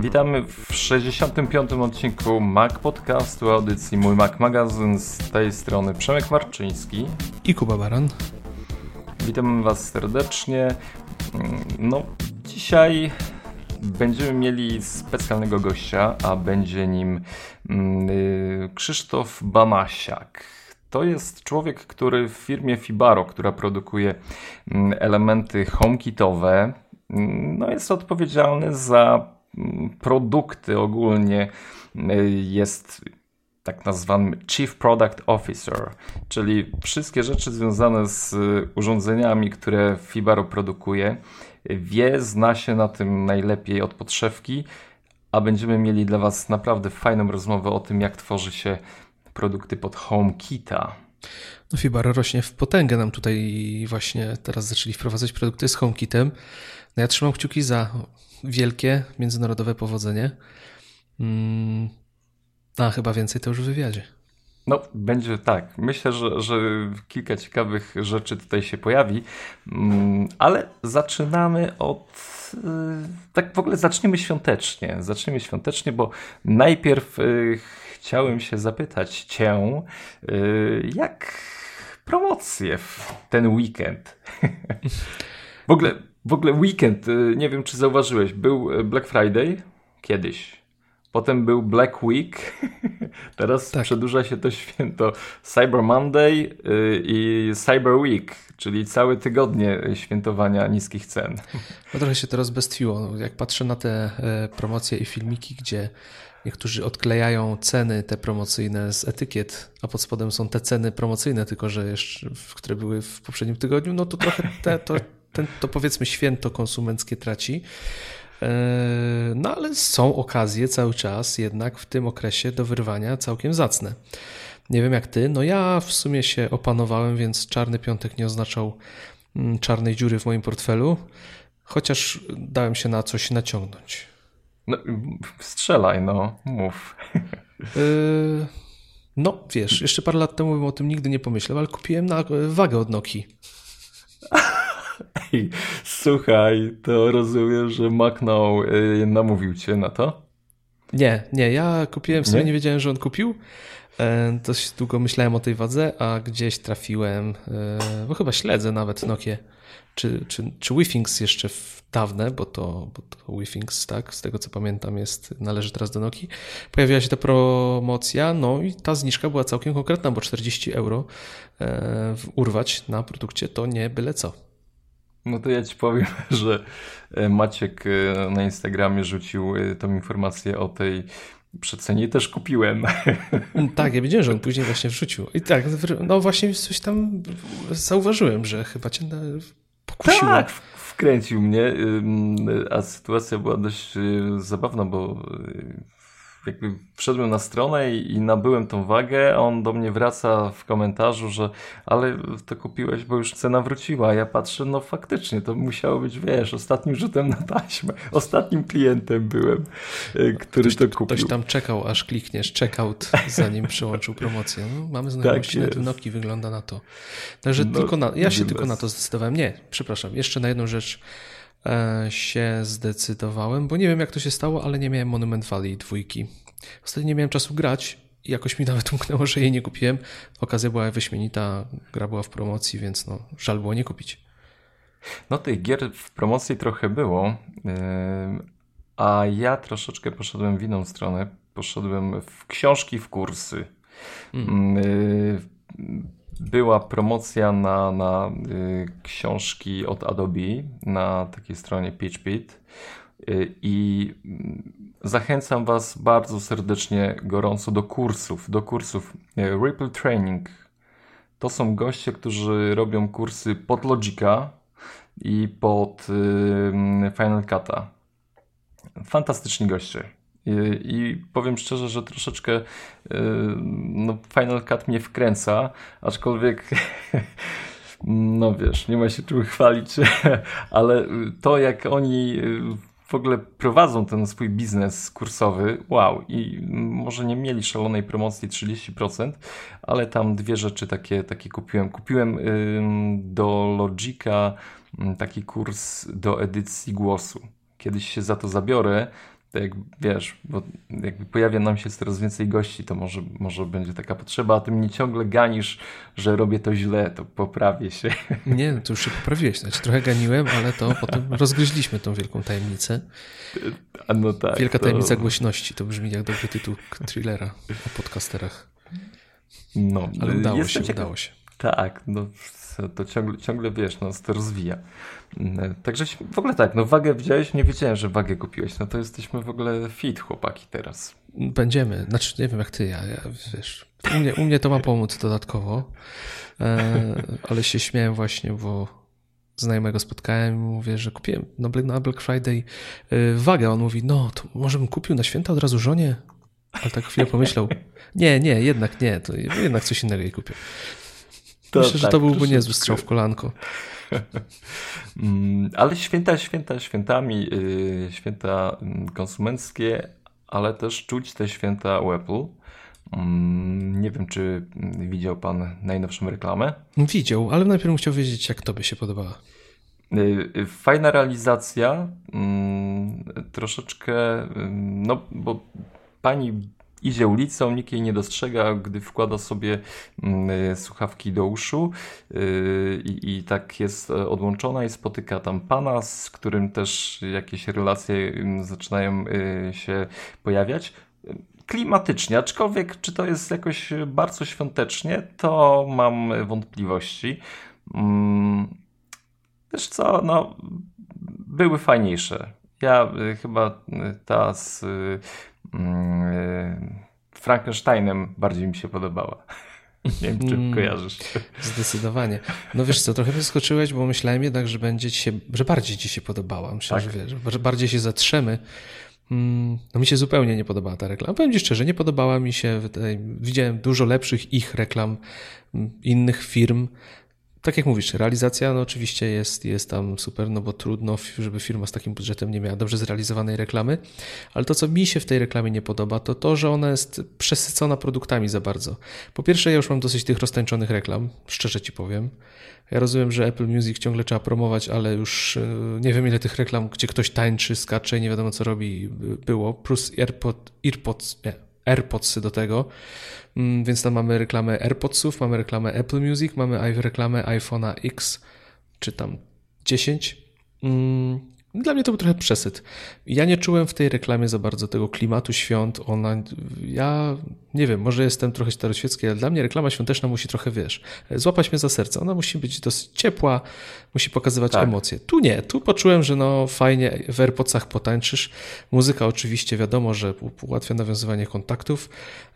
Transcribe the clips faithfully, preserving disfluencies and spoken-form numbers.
Witamy w sześćdziesiątym piątym odcinku Mac Podcastu, audycji Mój Mac Magazyn. Z tej strony Przemek Marczyński i Kuba Baran. Witamy Was serdecznie. No, dzisiaj będziemy mieli specjalnego gościa, a będzie nim yy, Krzysztof Banasiak. To jest człowiek, który w firmie Fibaro, która produkuje elementy HomeKitowe, no jest odpowiedzialny za produkty ogólnie, jest tak nazwany Chief Product Officer, czyli wszystkie rzeczy związane z urządzeniami, które Fibaro produkuje, wie, zna się na tym najlepiej od podszewki, a będziemy mieli dla Was naprawdę fajną rozmowę o tym, jak tworzy się produkty pod HomeKita. No Fibaro rośnie w potęgę, nam tutaj właśnie teraz zaczęli wprowadzać produkty z HomeKitem. No ja trzymam kciuki za wielkie, międzynarodowe powodzenie. Hmm. A chyba więcej to już w wywiadzie. No, będzie tak. Myślę, że, że kilka ciekawych rzeczy tutaj się pojawi, ale zaczynamy od... Tak w ogóle zaczniemy świątecznie. Zaczniemy świątecznie, bo najpierw chciałem się zapytać Cię, jak promocje w ten weekend? W ogóle, w ogóle weekend, nie wiem czy zauważyłeś, był Black Friday kiedyś. Potem był Black Week, teraz tak. Przedłuża się to święto Cyber Monday i Cyber Week, czyli całe tygodnie świętowania niskich cen. No trochę się to rozbestwiło. Jak patrzę na te promocje i filmiki, gdzie niektórzy odklejają ceny te promocyjne z etykiet, a pod spodem są te ceny promocyjne, tylko że jeszcze, które były w poprzednim tygodniu, no to trochę te, to, ten, to powiedzmy święto konsumenckie traci. No ale są okazje cały czas jednak w tym okresie do wyrwania całkiem zacne. Nie wiem jak ty, no ja w sumie się opanowałem, więc czarny piątek nie oznaczał czarnej dziury w moim portfelu, chociaż dałem się na coś naciągnąć. No, strzelaj, no, mów. Yy, no wiesz, jeszcze parę lat temu bym o tym nigdy nie pomyślał, ale kupiłem na wagę od Nokii. Ej, słuchaj, to rozumiem, że Macno yy, namówił cię na to? Nie, nie, ja kupiłem, w sumie nie, nie wiedziałem, że on kupił. E, dość długo myślałem o tej wadze, a gdzieś trafiłem, e, bo chyba śledzę nawet Nokię, czy, czy, czy WeThings jeszcze w dawne, bo to, bo to WeThings, tak, z tego co pamiętam, jest, należy teraz do Nokii. Pojawiła się ta promocja, no i ta zniżka była całkiem konkretna, bo czterdzieści euro e, urwać na produkcie to nie byle co. No to ja ci powiem, że Maciek na Instagramie rzucił tą informację o tej przecenie, też kupiłem. Tak, ja wiedziałem, że on później właśnie wrzucił. I tak, no właśnie coś tam zauważyłem, że chyba cię pokusiło. Tak, wkręcił mnie, a sytuacja była dość zabawna, bo jakby wszedłem na stronę i, i nabyłem tą wagę, a on do mnie wraca w komentarzu, że ale to kupiłeś, bo już cena wróciła. A ja patrzę, no faktycznie, to musiało być, wiesz, ostatnim rzutem na taśmę. Ostatnim klientem byłem, który ktoś, to kupił. Ktoś tam czekał, aż klikniesz checkout, zanim przełączył promocję. No, mamy znajomości, tak nawet Nokii wygląda na to. Także no, tylko na, ja się tylko na to zdecydowałem. Nie, przepraszam, jeszcze na jedną rzecz się zdecydowałem, bo nie wiem jak to się stało, ale nie miałem Monument Valley dwójki. Ostatnio nie miałem czasu grać i jakoś mi nawet umknęło, że jej nie kupiłem. Okazja była wyśmienita, gra była w promocji, więc no żal było nie kupić. No tych gier w promocji trochę było, a ja troszeczkę poszedłem w inną stronę. Poszedłem w książki, w kursy. Mm. Była promocja na, na y, książki od Adobe na takiej stronie PitchBit y, i y, zachęcam Was bardzo serdecznie, gorąco do kursów, do kursów y, Ripple Training. To są goście, którzy robią kursy pod Logica i pod y, Final Cut'a. Fantastyczni goście. I, I powiem szczerze, że troszeczkę yy, no, Final Cut mnie wkręca, aczkolwiek no wiesz, nie ma się czym chwalić, ale to jak oni w ogóle prowadzą ten swój biznes kursowy, wow, i może nie mieli szalonej promocji trzydzieści procent, ale tam dwie rzeczy takie, takie kupiłem. Kupiłem yy, do Logica taki kurs do edycji głosu. Kiedyś się za to zabiorę, to jak wiesz, bo jakby pojawia nam się coraz więcej gości, to może, może będzie taka potrzeba, a ty mnie ciągle ganisz, że robię to źle, to poprawię się. Nie, no to już się poprawiłeś. Znaczy, trochę ganiłem, ale to potem rozgryźliśmy tą wielką tajemnicę. A no tak. Wielka to... tajemnica głośności. To brzmi jak dobry tytuł thrillera o podcasterach. No, ale udało się, ciekaw... udało się. Tak, no to ciągle, ciągle wiesz, no to rozwija. Także w ogóle tak, no wagę widziałeś, nie wiedziałem, że wagę kupiłeś, no to jesteśmy w ogóle fit chłopaki teraz. Będziemy, znaczy nie wiem jak ty, ja, ja wiesz, u mnie, u mnie to ma pomóc dodatkowo, e, ale się śmiałem właśnie, bo znajomego spotkałem i mówię, że kupiłem na Black, na Black Friday e, wagę, on mówi, no to może bym kupił na święta od razu żonie, ale tak chwilę pomyślał, nie, nie, jednak nie, to jednak coś innego jej kupię. To Myślę, tak, że to byłby troszeczkę. Niezły strzał w kolanko. Ale święta, święta, świętami, yy, święta konsumenckie, ale też czuć te święta u Apple. Yy, nie wiem, czy widział pan najnowszą reklamę? Widział, ale najpierw bym chciał wiedzieć, jak tobie się podobała. Yy, fajna realizacja, yy, troszeczkę, yy, no bo pani idzie ulicą, nikt jej nie dostrzega, gdy wkłada sobie y, słuchawki do uszu y, i tak jest odłączona i spotyka tam pana, z którym też jakieś relacje y, zaczynają y, się pojawiać. Klimatycznie, aczkolwiek czy to jest jakoś bardzo świątecznie, to mam wątpliwości. Mm, wiesz co, no były fajniejsze. Ja y, chyba y, ta z y, Frankensteinem bardziej mi się podobała. Nie wiem, czy mm, kojarzysz. Zdecydowanie. No wiesz co, trochę mnie zaskoczyłeś, bo myślałem jednak, że będzie ci się, że bardziej ci się podobała. Myślę, tak. że wiesz, że bardziej się zatrzemy. No mi się zupełnie nie podobała ta reklama. Powiem ci szczerze, nie podobała mi się. Widziałem dużo lepszych ich reklam innych firm. Tak jak mówisz, realizacja no oczywiście jest, jest tam super, no bo trudno, żeby firma z takim budżetem nie miała dobrze zrealizowanej reklamy, ale to, co mi się w tej reklamie nie podoba, to to, że ona jest przesycona produktami za bardzo. Po pierwsze, ja już mam dosyć tych roztańczonych reklam, szczerze ci powiem. Ja rozumiem, że Apple Music ciągle trzeba promować, ale już nie wiem ile tych reklam, gdzie ktoś tańczy, skacze i nie wiadomo co robi, było, plus AirPod, AirPods, nie. AirPodsy do tego, więc tam mamy reklamę AirPodsów, mamy reklamę Apple Music, mamy reklamę iPhone'a X, czy tam dziesięć. Dla mnie to był trochę przesyt. Ja nie czułem w tej reklamie za bardzo tego klimatu świąt. Ona, ja nie wiem, może jestem trochę staroświecki, ale dla mnie reklama świąteczna musi trochę, wiesz, złapać mnie za serce. Ona musi być dosyć ciepła, musi pokazywać tak. emocje. Tu nie, tu poczułem, że no fajnie w AirPodsach potańczysz. Muzyka oczywiście wiadomo, że ułatwia nawiązywanie kontaktów.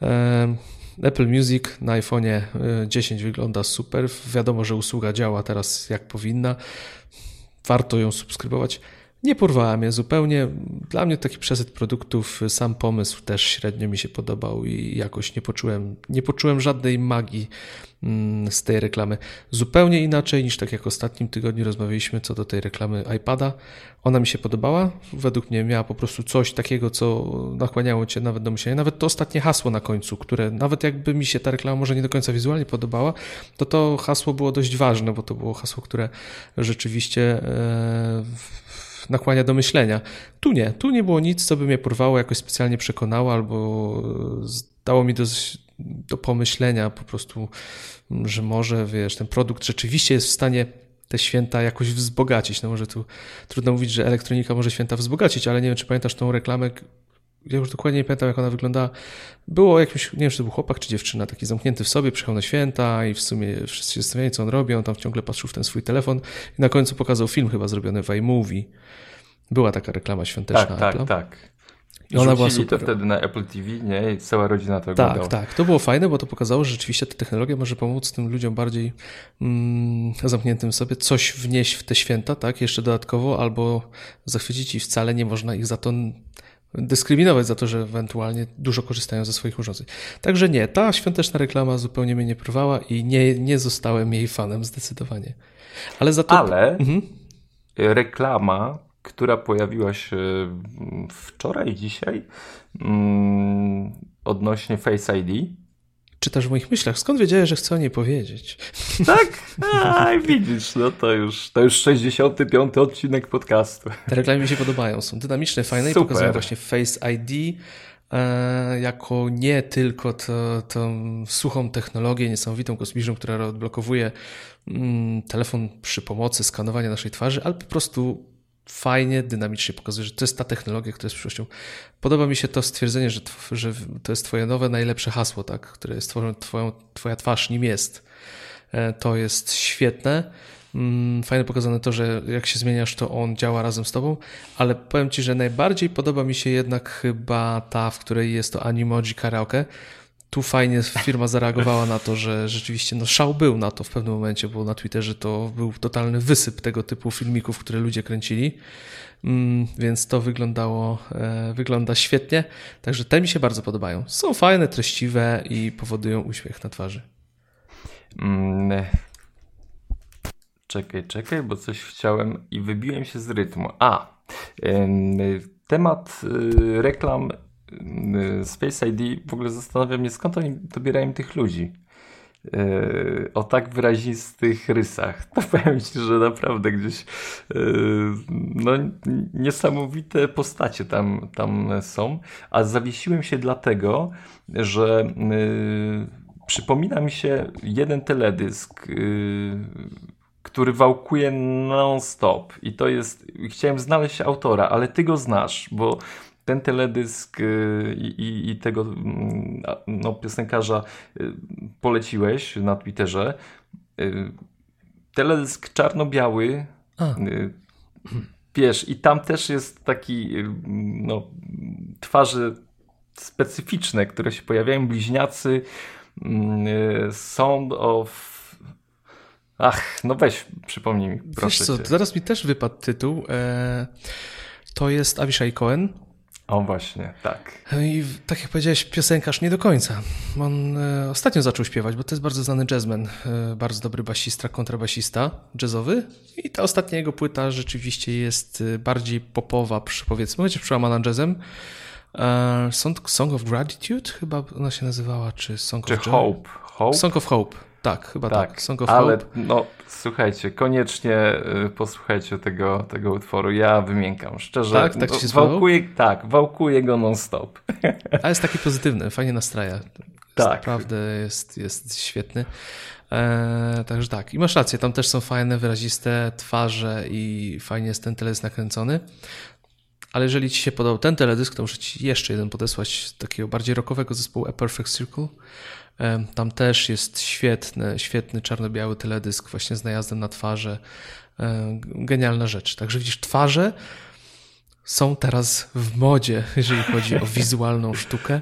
Apple Music na iPhone'ie dziesięć wygląda super. Wiadomo, że usługa działa teraz jak powinna. Warto ją subskrybować. Nie porwała mnie zupełnie. Dla mnie taki przesyt produktów, sam pomysł też średnio mi się podobał i jakoś nie poczułem, nie poczułem żadnej magii z tej reklamy. Zupełnie inaczej niż tak jak w ostatnim tygodniu rozmawialiśmy co do tej reklamy iPada. Ona mi się podobała. Według mnie miała po prostu coś takiego, co nakłaniało cię nawet do myślenia. Nawet to ostatnie hasło na końcu, które nawet jakby mi się ta reklama może nie do końca wizualnie podobała, to to hasło było dość ważne, bo to było hasło, które rzeczywiście e, nakłania do myślenia. Tu nie. Tu nie było nic, co by mnie porwało, jakoś specjalnie przekonało albo dało mi do, do pomyślenia po prostu, że może, wiesz, ten produkt rzeczywiście jest w stanie te święta jakoś wzbogacić. No może tu trudno mówić, że elektronika może święta wzbogacić, ale nie wiem, czy pamiętasz tą reklamę, ja już dokładnie nie pamiętam, jak ona wyglądała. Było jakimś, nie wiem, czy to był chłopak, czy dziewczyna, taki zamknięty w sobie, przyjechał na święta i w sumie wszyscy się zastanawiali, co on robi, on tam ciągle patrzył w ten swój telefon i na końcu pokazał film chyba zrobiony w iMovie. Była taka reklama świąteczna. Tak, tak, Apple. tak. I ona była super. To wtedy na Apple T V, nie? I cała rodzina to oglądała. Tak, tak. To było fajne, bo to pokazało, że rzeczywiście ta technologia może pomóc tym ludziom bardziej mm, zamkniętym w sobie, coś wnieść w te święta, tak? Jeszcze dodatkowo, albo zachwycić i wcale nie można ich za to dyskryminować, za to, że ewentualnie dużo korzystają ze swoich urządzeń. Także nie, ta świąteczna reklama zupełnie mnie nie porwała i nie, nie zostałem jej fanem zdecydowanie. Ale za to... Ale mhm. reklama, która pojawiła się wczoraj, dzisiaj, mm, odnośnie Face I D. czytasz w moich myślach. Skąd wiedziałeś, że chcę o niej powiedzieć? Tak? A, widzisz, no to już, to już sześćdziesiąty piąty odcinek podcastu. Te reklamy mi się podobają. Są dynamiczne, fajne Super. I pokazują właśnie Face I D e, jako nie tylko to, tą suchą technologię niesamowitą, kosmiczną, która odblokowuje mm, telefon przy pomocy skanowania naszej twarzy, ale po prostu fajnie, dynamicznie pokazuje, że to jest ta technologia, która jest przyszłością. Podoba mi się to stwierdzenie, że, tw- że to jest twoje nowe, najlepsze hasło, tak, które jest twoją, twoją, twoja twarz, nim jest. E, to jest świetne. Mm, fajne pokazane to, że jak się zmieniasz, to on działa razem z tobą, ale powiem ci, że najbardziej podoba mi się jednak chyba ta, w której jest to Animoji Karaoke. Tu fajnie firma zareagowała na to, że rzeczywiście no, szał był na to w pewnym momencie, bo na Twitterze to był totalny wysyp tego typu filmików, które ludzie kręcili, mm, więc to wyglądało, e, wygląda świetnie, także te mi się bardzo podobają. Są fajne, treściwe i powodują uśmiech na twarzy. Mm. Czekaj, czekaj, bo coś chciałem i wybiłem się z rytmu. A, temat reklam z Face I D, w ogóle zastanawia mnie, skąd oni dobierają tych ludzi o tak wyrazistych rysach. To powiem ci, że naprawdę gdzieś no, niesamowite postacie tam, tam są, a zawiesiłem się dlatego, że przypomina mi się jeden teledysk, który wałkuje non-stop i to jest, chciałem znaleźć autora, ale ty go znasz, bo ten teledysk i, i, i tego no, piosenkarza poleciłeś na Twitterze. Teledysk czarno-biały, A. wiesz, i tam też jest taki no, twarze specyficzne, które się pojawiają, bliźniacy, Sound of Ach, no weź, przypomnij mi, proszę Wiesz co, cię. zaraz mi też wypadł tytuł. E, to jest Avishai Cohen. O właśnie, tak. I tak jak powiedziałeś, piosenkarz nie do końca. On e, ostatnio zaczął śpiewać, bo to jest bardzo znany jazzman, e, bardzo dobry basista, kontrabasista jazzowy. I ta ostatnia jego płyta rzeczywiście jest bardziej popowa, przy, powiedzmy, chociaż przełamana jazzem. E, Song, Song of Gratitude chyba ona się nazywała, czy Song czy of Joy? Hope. Hope? Song of Hope. Tak, chyba tak. tak. Song of ale Hope. no słuchajcie, koniecznie y, posłuchajcie tego, tego utworu. Ja wymiękam, szczerze. Tak? Tak ci się wałkuję, tak, wałkuję go non-stop. A jest taki pozytywny, fajnie nastraja. Tak. Naprawdę jest, jest świetny. E, także tak. I masz rację, tam też są fajne, wyraziste twarze i fajnie jest ten teledysk nakręcony. Ale jeżeli ci się podał ten teledysk, to muszę ci jeszcze jeden podesłać takiego bardziej rockowego zespołu A Perfect Circle. Tam też jest świetny, świetny czarno-biały teledysk właśnie z najazdem na twarze. Genialna rzecz. Także widzisz, twarze są teraz w modzie, jeżeli chodzi o wizualną sztukę.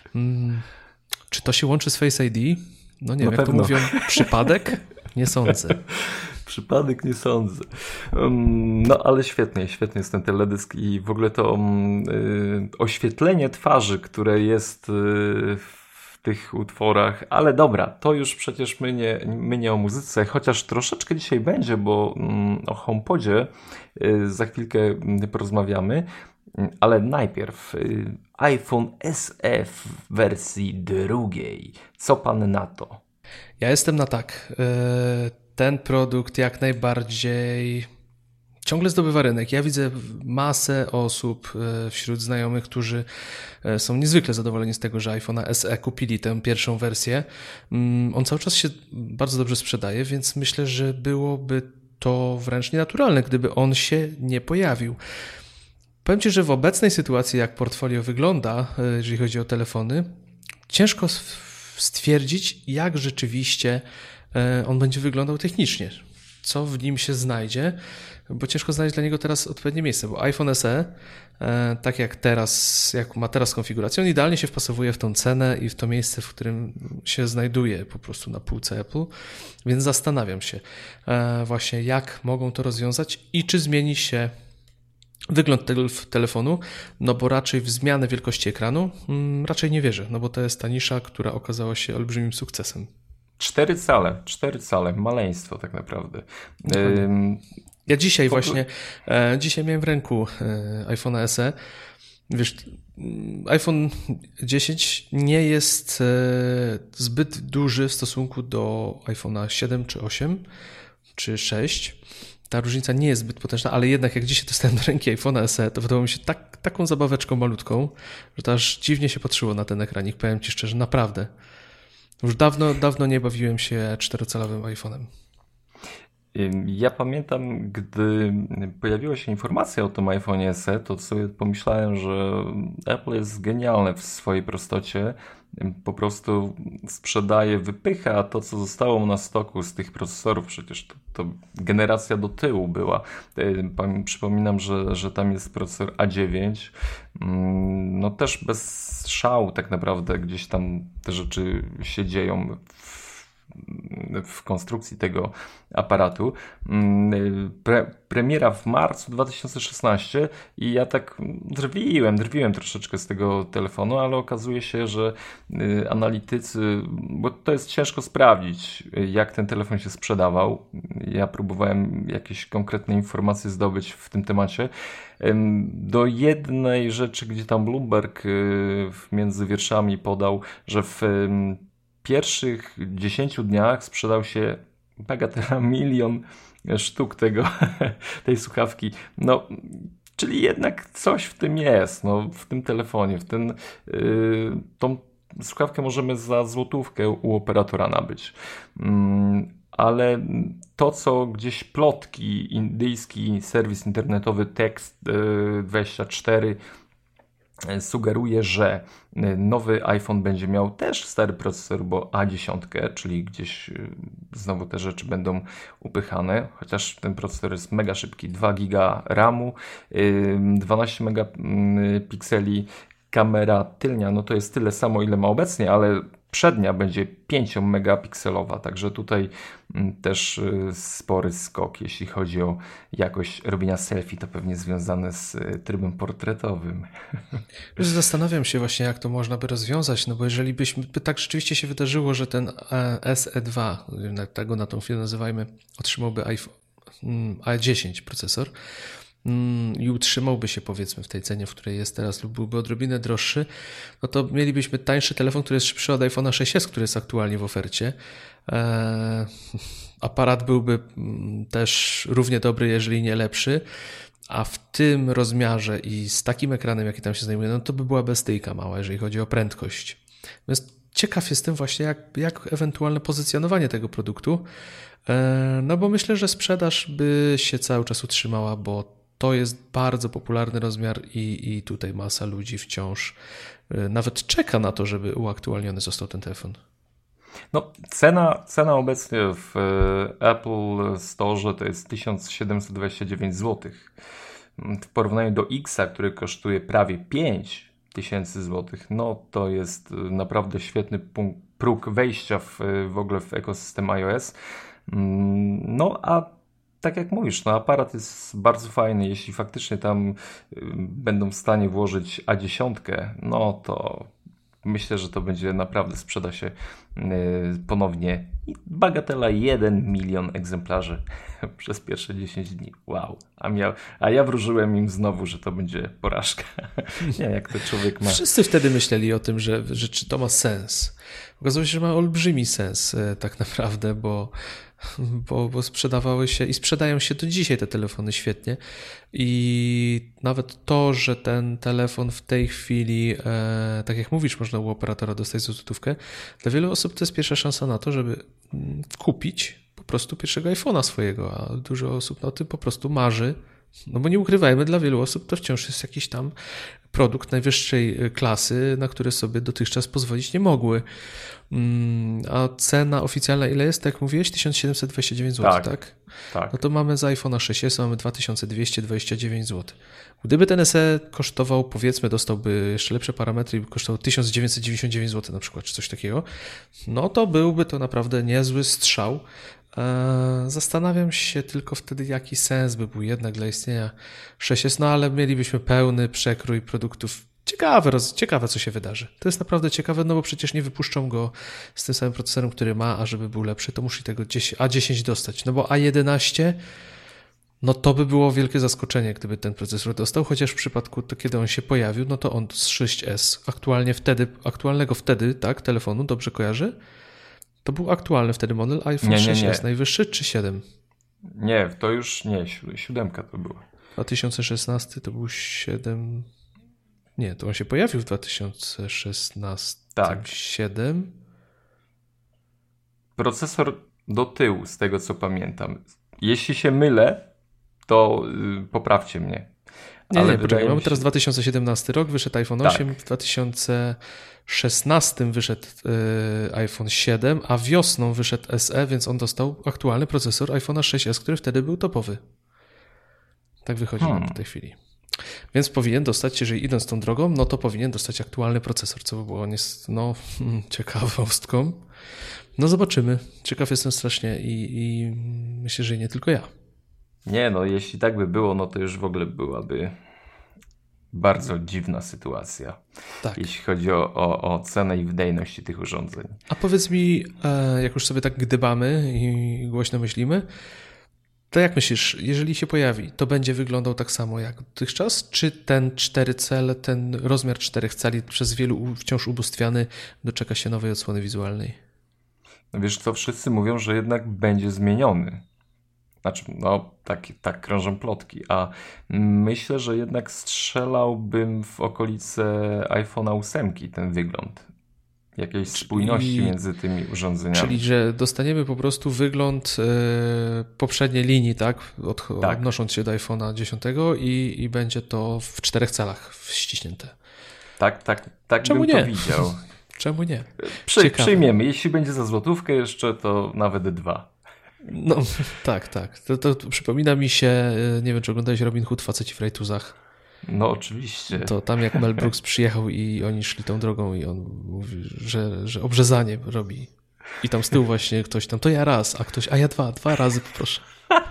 Czy to się łączy z Face I D? No nie wiem, jak to mówią, przypadek? Nie sądzę. Przypadek nie sądzę. Um, no ale świetnie, świetnie jest ten teledysk i w ogóle to um, y, oświetlenie twarzy, które jest y, w tych utworach, ale dobra, to już przecież my nie, my nie o muzyce, chociaż troszeczkę dzisiaj będzie, bo um, o HomePodzie y, za chwilkę porozmawiamy, ale najpierw y, iPhone S E w wersji drugiej. Co pan na to? Ja jestem na tak. Y- Ten produkt jak najbardziej ciągle zdobywa rynek. Ja widzę masę osób wśród znajomych, którzy są niezwykle zadowoleni z tego, że iPhone S E kupili tę pierwszą wersję. On cały czas się bardzo dobrze sprzedaje, więc myślę, że byłoby to wręcz nienaturalne, gdyby on się nie pojawił. Powiem Ci, że w obecnej sytuacji, jak portfolio wygląda, jeżeli chodzi o telefony, ciężko stwierdzić, jak rzeczywiście on będzie wyglądał technicznie, co w nim się znajdzie, bo ciężko znaleźć dla niego teraz odpowiednie miejsce, bo iPhone S E, tak jak teraz, jak ma teraz konfigurację, on idealnie się wpasowuje w tą cenę i w to miejsce, w którym się znajduje po prostu na półce Apple, więc zastanawiam się właśnie, jak mogą to rozwiązać i czy zmieni się wygląd tego telefonu, no bo raczej w zmianę wielkości ekranu hmm, raczej nie wierzę, no bo to jest ta nisza, która okazała się olbrzymim sukcesem. Cztery cale, cztery cale, maleństwo tak naprawdę. Ym, ja dzisiaj właśnie, e, dzisiaj miałem w ręku e, iPhone S E. Wiesz, iPhone dziesięć nie jest zbyt duży w stosunku do iPhone'a siedem czy osiem czy sześć. Ta różnica nie jest zbyt potężna, ale jednak jak dzisiaj dostałem do ręki iPhone'a S E, to wydawało mi się tak, taką zabaweczką malutką, że to aż dziwnie się patrzyło na ten ekranik. Powiem Ci szczerze, naprawdę. Już dawno, dawno nie bawiłem się czterocalowym iPhone'em. Ja pamiętam, gdy pojawiła się informacja o tym iPhone'ie S E, to sobie pomyślałem, że Apple jest genialne w swojej prostocie. Po prostu sprzedaje, wypycha to, co zostało mu na stoku z tych procesorów. Przecież to, to generacja do tyłu była. Przypominam, że, że tam jest procesor A dziewięć. No też bez szału tak naprawdę gdzieś tam te rzeczy się dzieją w w konstrukcji tego aparatu. Pre, premiera w marcu dwa tysiące szesnastego i ja tak drwiłem, drwiłem troszeczkę z tego telefonu, ale okazuje się, że analitycy, bo to jest ciężko sprawdzić, jak ten telefon się sprzedawał. Ja próbowałem jakieś konkretne informacje zdobyć w tym temacie. Do jednej rzeczy, gdzie tam Bloomberg między wierszami podał, że w pierwszych dziesięciu dniach sprzedał się bagatela milion sztuk tego, tej słuchawki. No, czyli jednak coś w tym jest, no, w tym telefonie, w ten, yy, tą słuchawkę możemy za złotówkę u operatora nabyć. Yy, ale to, co gdzieś plotki, indyjski serwis internetowy Tekst dwadzieścia cztery sugeruje, że nowy iPhone będzie miał też stary procesor, bo A dziesięć, czyli gdzieś znowu te rzeczy będą upychane, chociaż ten procesor jest mega szybki, dwa giga ramu, dwanaście megapikseli, kamera tylnia, no to jest tyle samo, ile ma obecnie, ale przednia będzie pięć megapikselowa, także tutaj też spory skok, jeśli chodzi o jakość robienia selfie, to pewnie związane z trybem portretowym. Zastanawiam się właśnie, jak to można by rozwiązać, no bo jeżeli byśmy, by tak rzeczywiście się wydarzyło, że ten S E dwa, tego na tą chwilę nazywajmy, otrzymałby iPhone A dziesięć procesor, i utrzymałby się powiedzmy w tej cenie, w której jest teraz lub byłby odrobinę droższy, no to mielibyśmy tańszy telefon, który jest szybszy od iPhone'a sześć S, który jest aktualnie w ofercie. Eee, aparat byłby też równie dobry, jeżeli nie lepszy, a w tym rozmiarze i z takim ekranem, jaki tam się znajduje, no to by była bestyjka mała, jeżeli chodzi o prędkość. Więc ciekaw jestem właśnie, jak, jak ewentualne pozycjonowanie tego produktu, eee, no bo myślę, że sprzedaż by się cały czas utrzymała, bo to jest bardzo popularny rozmiar i, i tutaj masa ludzi wciąż nawet czeka na to, żeby uaktualniony został ten telefon. No, cena, cena obecnie w Apple Store to jest tysiąc siedemset dwadzieścia dziewięć złotych. W porównaniu do X'a, który kosztuje prawie pięć tysięcy złotych, no to jest naprawdę świetny punkt, próg wejścia w, w ogóle w ekosystem iOS. No a tak jak mówisz, no aparat jest bardzo fajny, jeśli faktycznie tam y, będą w stanie włożyć A dziesięć, no to myślę, że to będzie naprawdę, sprzeda się y, ponownie bagatela jeden milion egzemplarzy przez pierwsze dziesięć dni. Wow, a, miał, a ja wróżyłem im znowu, że to będzie porażka. Nie, jak to człowiek ma. Wszyscy wtedy myśleli o tym, że, że czy to ma sens. Okazało się, że ma olbrzymi sens tak naprawdę, bo Bo, bo sprzedawały się i sprzedają się do dzisiaj te telefony świetnie i nawet to, że ten telefon w tej chwili, e, tak jak mówisz, można u operatora dostać za złotówkę, dla wielu osób to jest pierwsza szansa na to, żeby kupić po prostu pierwszego iPhone'a swojego, a dużo osób o tym po prostu marzy, no bo nie ukrywajmy, dla wielu osób to wciąż jest jakiś tam produkt najwyższej klasy, na który sobie dotychczas pozwolić nie mogły. A cena oficjalna ile jest? Tak jak mówiłeś? tysiąc siedemset dwadzieścia dziewięć złotych, tak? tak? Tak. No to mamy z iPhone'a sześć S mamy dwa tysiące dwieście dwadzieścia dziewięć złotych. Gdyby ten S E kosztował, powiedzmy, dostałby jeszcze lepsze parametry i kosztował tysiąc dziewięćset dziewięćdziesiąt dziewięć złotych na przykład, czy coś takiego, no to byłby to naprawdę niezły strzał. Zastanawiam się tylko wtedy, jaki sens by był jednak dla istnienia sześć S, no ale mielibyśmy pełny przekrój produktów. Ciekawe, roz... ciekawe, co się wydarzy. To jest naprawdę ciekawe, no bo przecież nie wypuszczą go z tym samym procesorem, który ma, a żeby był lepszy, to musi tego A dziesięć dostać. No bo A jedenaście No to by było wielkie zaskoczenie, gdyby ten procesor dostał, chociaż w przypadku, to kiedy on się pojawił, no to on z sześć S, aktualnie wtedy, aktualnego wtedy, tak, telefonu, dobrze kojarzy? To był aktualny wtedy model iPhone nie, nie, sześć S, nie. Najwyższy czy siedem? Nie, to już nie, siódemka to była. dwa tysiące szesnasty to był siedem... Nie, to on się pojawił w dwa tysiące szesnastym. Tak. siedem. Procesor do tyłu, z tego co pamiętam. Jeśli się mylę, to yy, poprawcie mnie. Nie, Ale nie, poczekaj, mamy się... teraz dwa tysiące siedemnasty rok, wyszedł iPhone osiem, tak. W dwa tysiące szesnastym wyszedł yy, iPhone siedem, a wiosną wyszedł S E, więc on dostał aktualny procesor iPhone'a sześć S, który wtedy był topowy. Tak wychodzi hmm. nam w tej chwili. Więc powinien dostać, jeżeli idąc tą drogą, no to powinien dostać aktualny procesor, co by było nie, no, ciekawostką. No zobaczymy. Ciekaw jestem strasznie i, i myślę, że nie tylko ja. Nie, no jeśli tak by było, no to już w ogóle byłaby bardzo dziwna sytuacja, tak. Jeśli chodzi o, o, o cenę i wydajność tych urządzeń. A powiedz mi, jak już sobie tak gdybamy i głośno myślimy, to jak myślisz, jeżeli się pojawi, to będzie wyglądał tak samo jak dotychczas? Czy ten cztery cale, ten rozmiar czterech cali przez wielu wciąż ubóstwiany doczeka się nowej odsłony wizualnej? No wiesz co, wszyscy mówią, że jednak będzie zmieniony. Znaczy, no tak, tak krążą plotki, a myślę, że jednak strzelałbym w okolice iPhone'a osiem ten wygląd. Jakiejś spójności I, między tymi urządzeniami. Czyli, że dostaniemy po prostu wygląd yy, poprzedniej linii, tak? Od, tak? Odnosząc się do iPhone'a dziesięć i, i będzie to w czterech calach ściśnięte. Tak, tak, tak Czemu bym nie? to widział. Czemu nie? Przy, przyjmiemy. Jeśli będzie za złotówkę jeszcze, to nawet dwa. No tak, tak. To, to, to przypomina mi się, nie wiem, czy oglądałeś Robin Hood, Faceci w rajtuzach. No oczywiście. To tam jak Mel Brooks przyjechał i oni szli tą drogą i on mówi, że, że obrzezanie robi. I tam z tyłu właśnie ktoś tam, to ja raz, a ktoś, a ja dwa, dwa razy poproszę.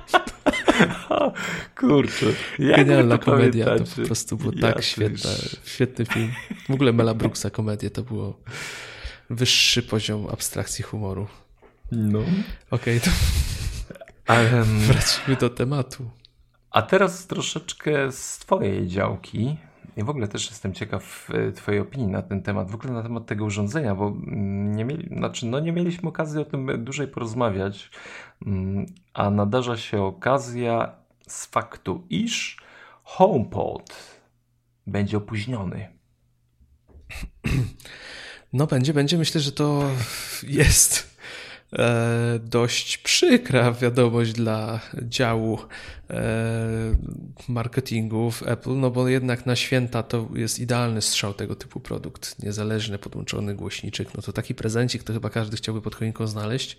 Kurczę. Genialna komedia, pamiętacie? To po prostu było ja tak świetne, świetny film. W ogóle Mela Brooksa komedie to było wyższy poziom abstrakcji humoru. No. Okej, okay, to um, wracimy do tematu. A teraz troszeczkę z twojej działki. I w ogóle też jestem ciekaw twojej opinii na ten temat, w ogóle na temat tego urządzenia, bo nie, mieli, znaczy, no nie mieliśmy okazji o tym dłużej porozmawiać, a nadarza się okazja z faktu, iż HomePod będzie opóźniony. No będzie, będzie. Myślę, że to jest e, dość przykra wiadomość dla działu e, marketingu w Apple, no bo jednak na święta to jest idealny strzał tego typu produkt. Niezależny, podłączony głośniczek, no to taki prezencik to chyba każdy chciałby pod choinką znaleźć.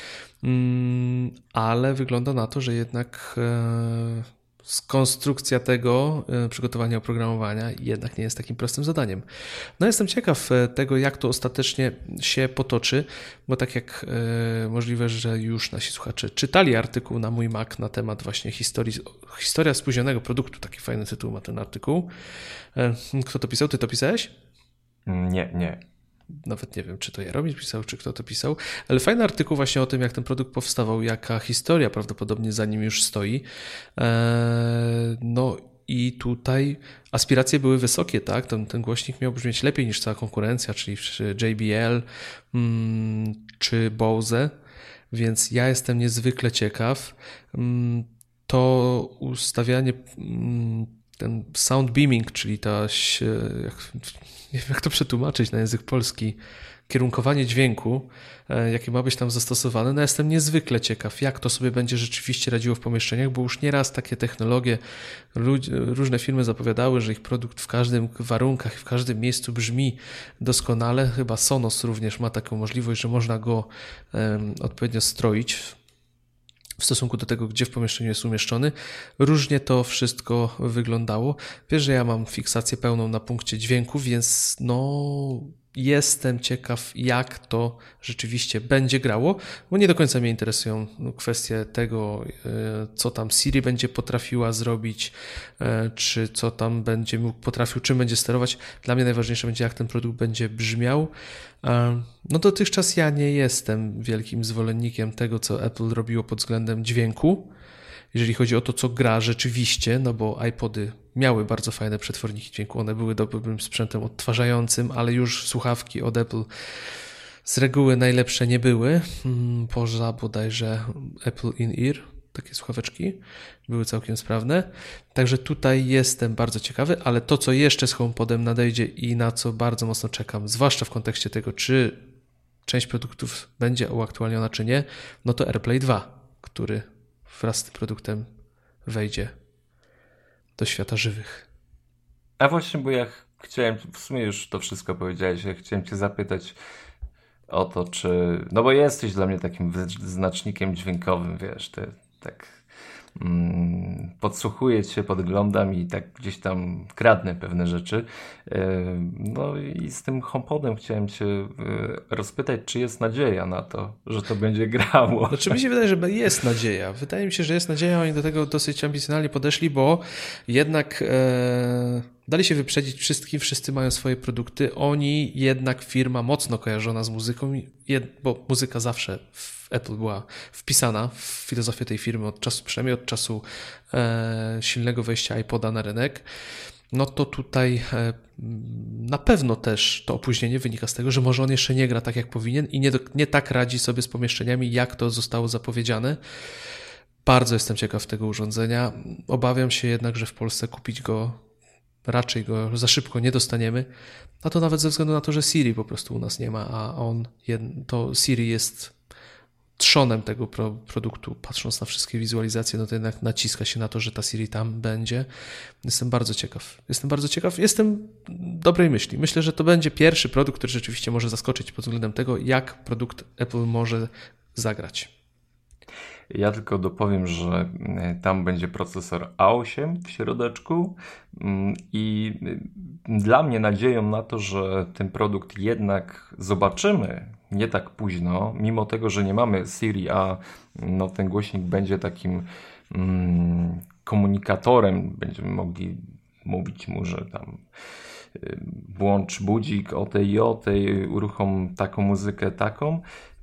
Mm, ale wygląda na to, że jednak e, konstrukcja tego, e, przygotowania oprogramowania jednak nie jest takim prostym zadaniem. No jestem ciekaw tego, jak to ostatecznie się potoczy, bo tak jak e, możliwe, że już nasi słuchacze czytali artykuł na mój Mac na temat właśnie historii, historia spóźnionego produktu, taki fajny tytuł ma ten artykuł. E, kto to pisał? Ty to pisałeś? Nie, nie. Nawet nie wiem, czy to Jaromir pisał, czy kto to pisał, ale fajny artykuł właśnie o tym, jak ten produkt powstawał, jaka historia prawdopodobnie za nim już stoi. Eee, no i tutaj aspiracje były wysokie, tak? Ten, ten głośnik miał brzmieć lepiej niż cała konkurencja, czyli J B L mm, czy Bose, więc ja jestem niezwykle ciekaw. Mm, to ustawianie, mm, ten sound beaming, czyli ta, jak, nie wiem jak to przetłumaczyć na język polski, kierunkowanie dźwięku, jakie ma być tam zastosowane, no jestem niezwykle ciekaw, jak to sobie będzie rzeczywiście radziło w pomieszczeniach, bo już nieraz takie technologie, różne firmy zapowiadały, że ich produkt w każdym warunkach, w każdym miejscu brzmi doskonale. Chyba Sonos również ma taką możliwość, że można go um, odpowiednio stroić w stosunku do tego, gdzie w pomieszczeniu jest umieszczony. Różnie to wszystko wyglądało. Wiesz, że ja mam fiksację pełną na punkcie dźwięku, więc no jestem ciekaw, jak to rzeczywiście będzie grało, bo nie do końca mnie interesują kwestie tego, co tam Siri będzie potrafiła zrobić, czy co tam będzie mógł, potrafił, czym będzie sterować. Dla mnie najważniejsze będzie, jak ten produkt będzie brzmiał. No dotychczas ja nie jestem wielkim zwolennikiem tego, co Apple robiło pod względem dźwięku. jeżeli chodzi o to, co gra rzeczywiście, no bo iPody miały bardzo fajne przetworniki dźwięku, one były dobrym sprzętem odtwarzającym, ale już słuchawki od Apple z reguły najlepsze nie były, poza bodajże Apple In-Ear, takie słuchaweczki, były całkiem sprawne. Także tutaj jestem bardzo ciekawy, ale to, co jeszcze z HomePodem nadejdzie i na co bardzo mocno czekam, zwłaszcza w kontekście tego, czy część produktów będzie uaktualniona, czy nie, no to AirPlay dwa, który wraz z tym produktem wejdzie do świata żywych. A właśnie, bo ja chciałem, w sumie już to wszystko powiedziałeś, ja chciałem cię zapytać o to, czy, no bo jesteś dla mnie takim znacznikiem dźwiękowym, wiesz, ty tak mm, podsłuchuję cię, podglądam i tak gdzieś tam kradnę pewne rzeczy. Yy, no i z tym HomePodem chciałem cię yy, rozpytać, czy jest nadzieja na to, że to będzie grało. Znaczy mi się wydaje, że jest nadzieja. Wydaje mi się, że jest nadzieja, oni do tego dosyć ambicjonalnie podeszli, bo jednak e, dali się wyprzedzić wszystkim, wszyscy mają swoje produkty. Oni jednak firma mocno kojarzona z muzyką, bo muzyka zawsze w Apple była wpisana w filozofię tej firmy od czasu, przynajmniej od czasu e, silnego wejścia iPoda na rynek. No to tutaj e, na pewno też to opóźnienie wynika z tego, że może on jeszcze nie gra tak jak powinien i nie, nie tak radzi sobie z pomieszczeniami, jak to zostało zapowiedziane. Bardzo jestem ciekaw tego urządzenia. Obawiam się jednak, że w Polsce kupić go raczej go za szybko nie dostaniemy, a to nawet ze względu na to, że Siri po prostu u nas nie ma, a on, to Siri jest trzonem tego pro, produktu, patrząc na wszystkie wizualizacje, no to jednak naciska się na to, że ta Siri tam będzie. Jestem bardzo ciekaw. Jestem bardzo ciekaw. Jestem dobrej myśli. Myślę, że to będzie pierwszy produkt, który rzeczywiście może zaskoczyć pod względem tego, jak produkt Apple może zagrać. Ja tylko dopowiem, że tam będzie procesor A osiem w środeczku i dla mnie nadzieją na to, że ten produkt jednak zobaczymy nie tak późno, mimo tego, że nie mamy Siri, a no, ten głośnik będzie takim mm, komunikatorem, będziemy mogli mówić mu, że tam y, włącz budzik o tej i o tej, uruchom taką muzykę, taką,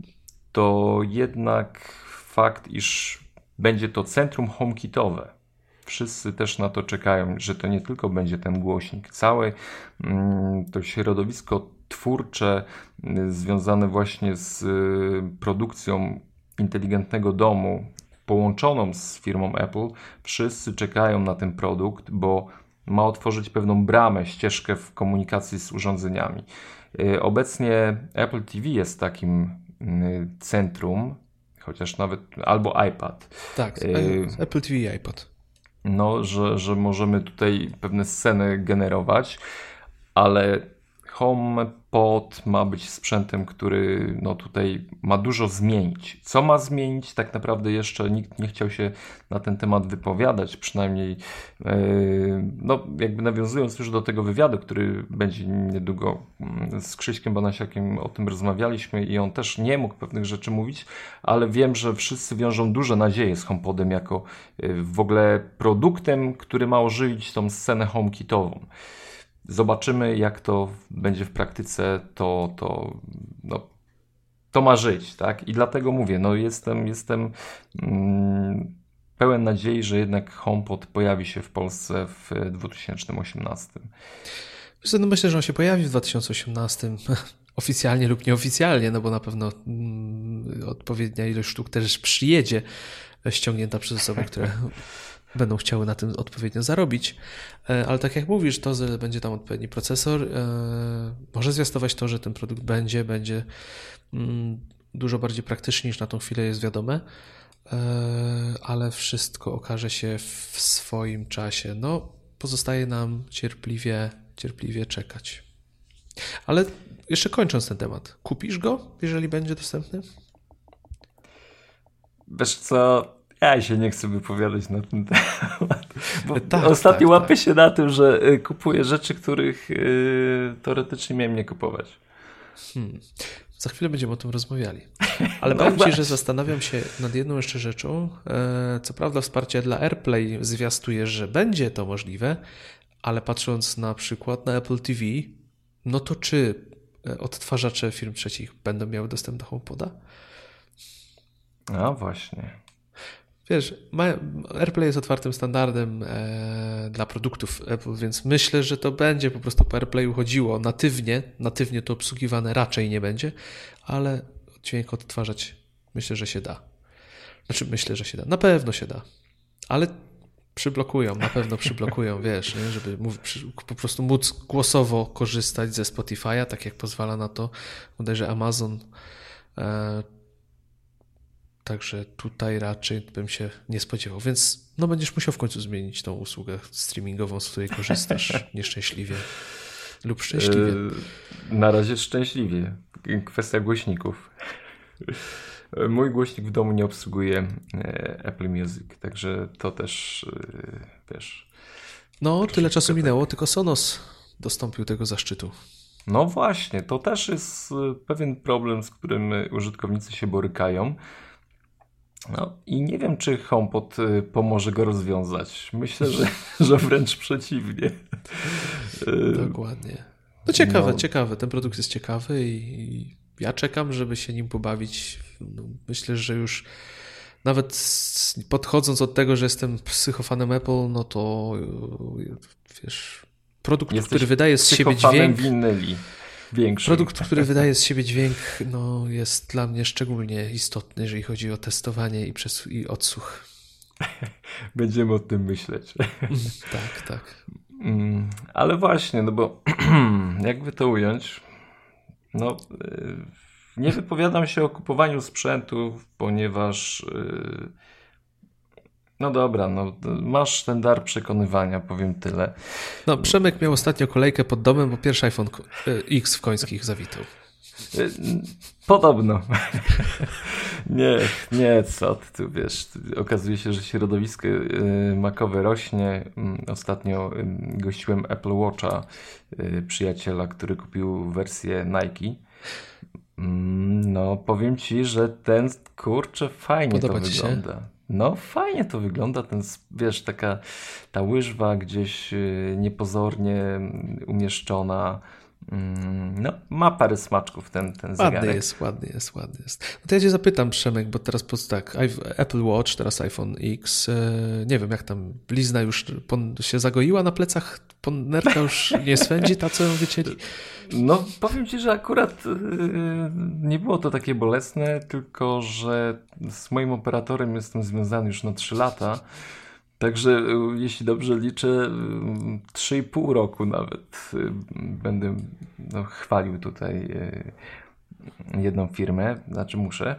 to jednak fakt, iż będzie to centrum HomeKitowe. Wszyscy też na to czekają, że to nie tylko będzie ten głośnik. Całe mm, to środowisko twórcze y, związane właśnie z y, produkcją inteligentnego domu połączoną z firmą Apple, wszyscy czekają na ten produkt, bo ma otworzyć pewną bramę, ścieżkę w komunikacji z urządzeniami. Y, obecnie Apple T V jest takim y, centrum, chociaż nawet albo iPad. Tak, y, Apple T V i iPad. No, że, że możemy tutaj pewne sceny generować, ale HomePod ma być sprzętem, który no tutaj ma dużo zmienić. Co ma zmienić? Tak naprawdę jeszcze nikt nie chciał się na ten temat wypowiadać, przynajmniej yy, no jakby nawiązując już do tego wywiadu, który będzie niedługo z Krzyśkiem Banasiakiem o tym rozmawialiśmy i on też nie mógł pewnych rzeczy mówić, ale wiem, że wszyscy wiążą duże nadzieje z HomePodem jako yy, w ogóle produktem, który ma ożywić tą scenę HomeKitową. Zobaczymy, jak to będzie w praktyce, to, to, no, to ma żyć, tak? I dlatego mówię, no jestem, jestem mm, pełen nadziei, że jednak HomePod pojawi się w Polsce w dwa tysiące osiemnastym. No myślę, że on się pojawi w dwa tysiące osiemnastym, oficjalnie lub nieoficjalnie, no bo na pewno mm, odpowiednia ilość sztuk też przyjedzie, ściągnięta przez osoby, które będą chciały na tym odpowiednio zarobić, ale tak jak mówisz, to, że będzie tam odpowiedni procesor, może zwiastować to, że ten produkt będzie, będzie dużo bardziej praktyczny niż na tą chwilę jest wiadome, ale wszystko okaże się w swoim czasie. No, pozostaje nam cierpliwie, cierpliwie czekać. Ale jeszcze kończąc ten temat, kupisz go, jeżeli będzie dostępny? Wiesz co, ja się nie chcę wypowiadać na ten temat, bo tak, ostatnio tak, łapię tak. się na tym, że kupuję rzeczy, których yy, teoretycznie miałem nie kupować. Hmm. Za chwilę będziemy o tym rozmawiali. Ale no powiem Ci, że zastanawiam się nad jedną jeszcze rzeczą. Co prawda wsparcie dla AirPlay zwiastuje, że będzie to możliwe, ale patrząc na przykład na Apple T V, no to czy odtwarzacze firm trzecich będą miały dostęp do HomePoda? A właśnie. wiesz, ma, AirPlay jest otwartym standardem e, dla produktów Apple, więc myślę, że to będzie po prostu po AirPlayu chodziło natywnie, natywnie to obsługiwane raczej nie będzie, ale dźwięk odtwarzać myślę, że się da. Znaczy myślę, że się da. Na pewno się da, ale przyblokują, na pewno przyblokują, wiesz, nie? Żeby mów, przy, po prostu móc głosowo korzystać ze Spotify'a, tak jak pozwala na to bodajże Amazon. E, także tutaj raczej bym się nie spodziewał. Więc no będziesz musiał w końcu zmienić tą usługę streamingową, z której korzystasz nieszczęśliwie lub szczęśliwie. Yy, na razie szczęśliwie. Kwestia głośników. Mój głośnik w domu nie obsługuje Apple Music, także to też, wiesz... No, tyle czasu tak minęło, tylko Sonos dostąpił tego zaszczytu. No właśnie, to też jest pewien problem, z którym użytkownicy się borykają. No i nie wiem, czy HomePod pomoże go rozwiązać. Myślę, że, że wręcz przeciwnie. Dokładnie. No ciekawe, no. ciekawe. Ten produkt jest ciekawy i ja czekam, żeby się nim pobawić. No, myślę, że już nawet podchodząc od tego, że jestem psychofanem Apple, no to wiesz, produkt, Jesteś który wydaje z siebie dźwięk, winnyli. Większy. Produkt, który wydaje z siebie dźwięk, no, jest dla mnie szczególnie istotny, jeżeli chodzi o testowanie i, przes- i odsłuch. Będziemy o tym myśleć. Tak, tak. Ale właśnie, no bo jakby to ująć, no nie wypowiadam się o kupowaniu sprzętu, ponieważ no dobra, no masz ten dar przekonywania, powiem tyle. No Przemek miał ostatnio kolejkę pod domem, bo pierwszy iPhone X w Końskich zawitał. Podobno. nie, nie, co ty tu wiesz. Okazuje się, że środowisko makowe rośnie. Ostatnio gościłem Apple Watcha przyjaciela, który kupił wersję Nike. No, powiem ci, że ten, kurczę, fajnie Podoba to wygląda. Się? No, fajnie to wygląda, ten, wiesz, taka ta łyżwa gdzieś niepozornie umieszczona. No, ma parę smaczków ten, ten zegarek. Ładny jest, ładny jest, ładny jest. No to ja cię zapytam, Przemek, bo teraz po, tak, Apple Watch, teraz iPhone X, nie wiem jak tam, blizna już się zagoiła na plecach, nerka już nie swędzi, ta co ją wycięli? No, powiem ci, że akurat nie było to takie bolesne, tylko że z moim operatorem jestem związany już na trzy lata. Także jeśli dobrze liczę, trzy i pół roku nawet będę no, chwalił tutaj jedną firmę, znaczy muszę,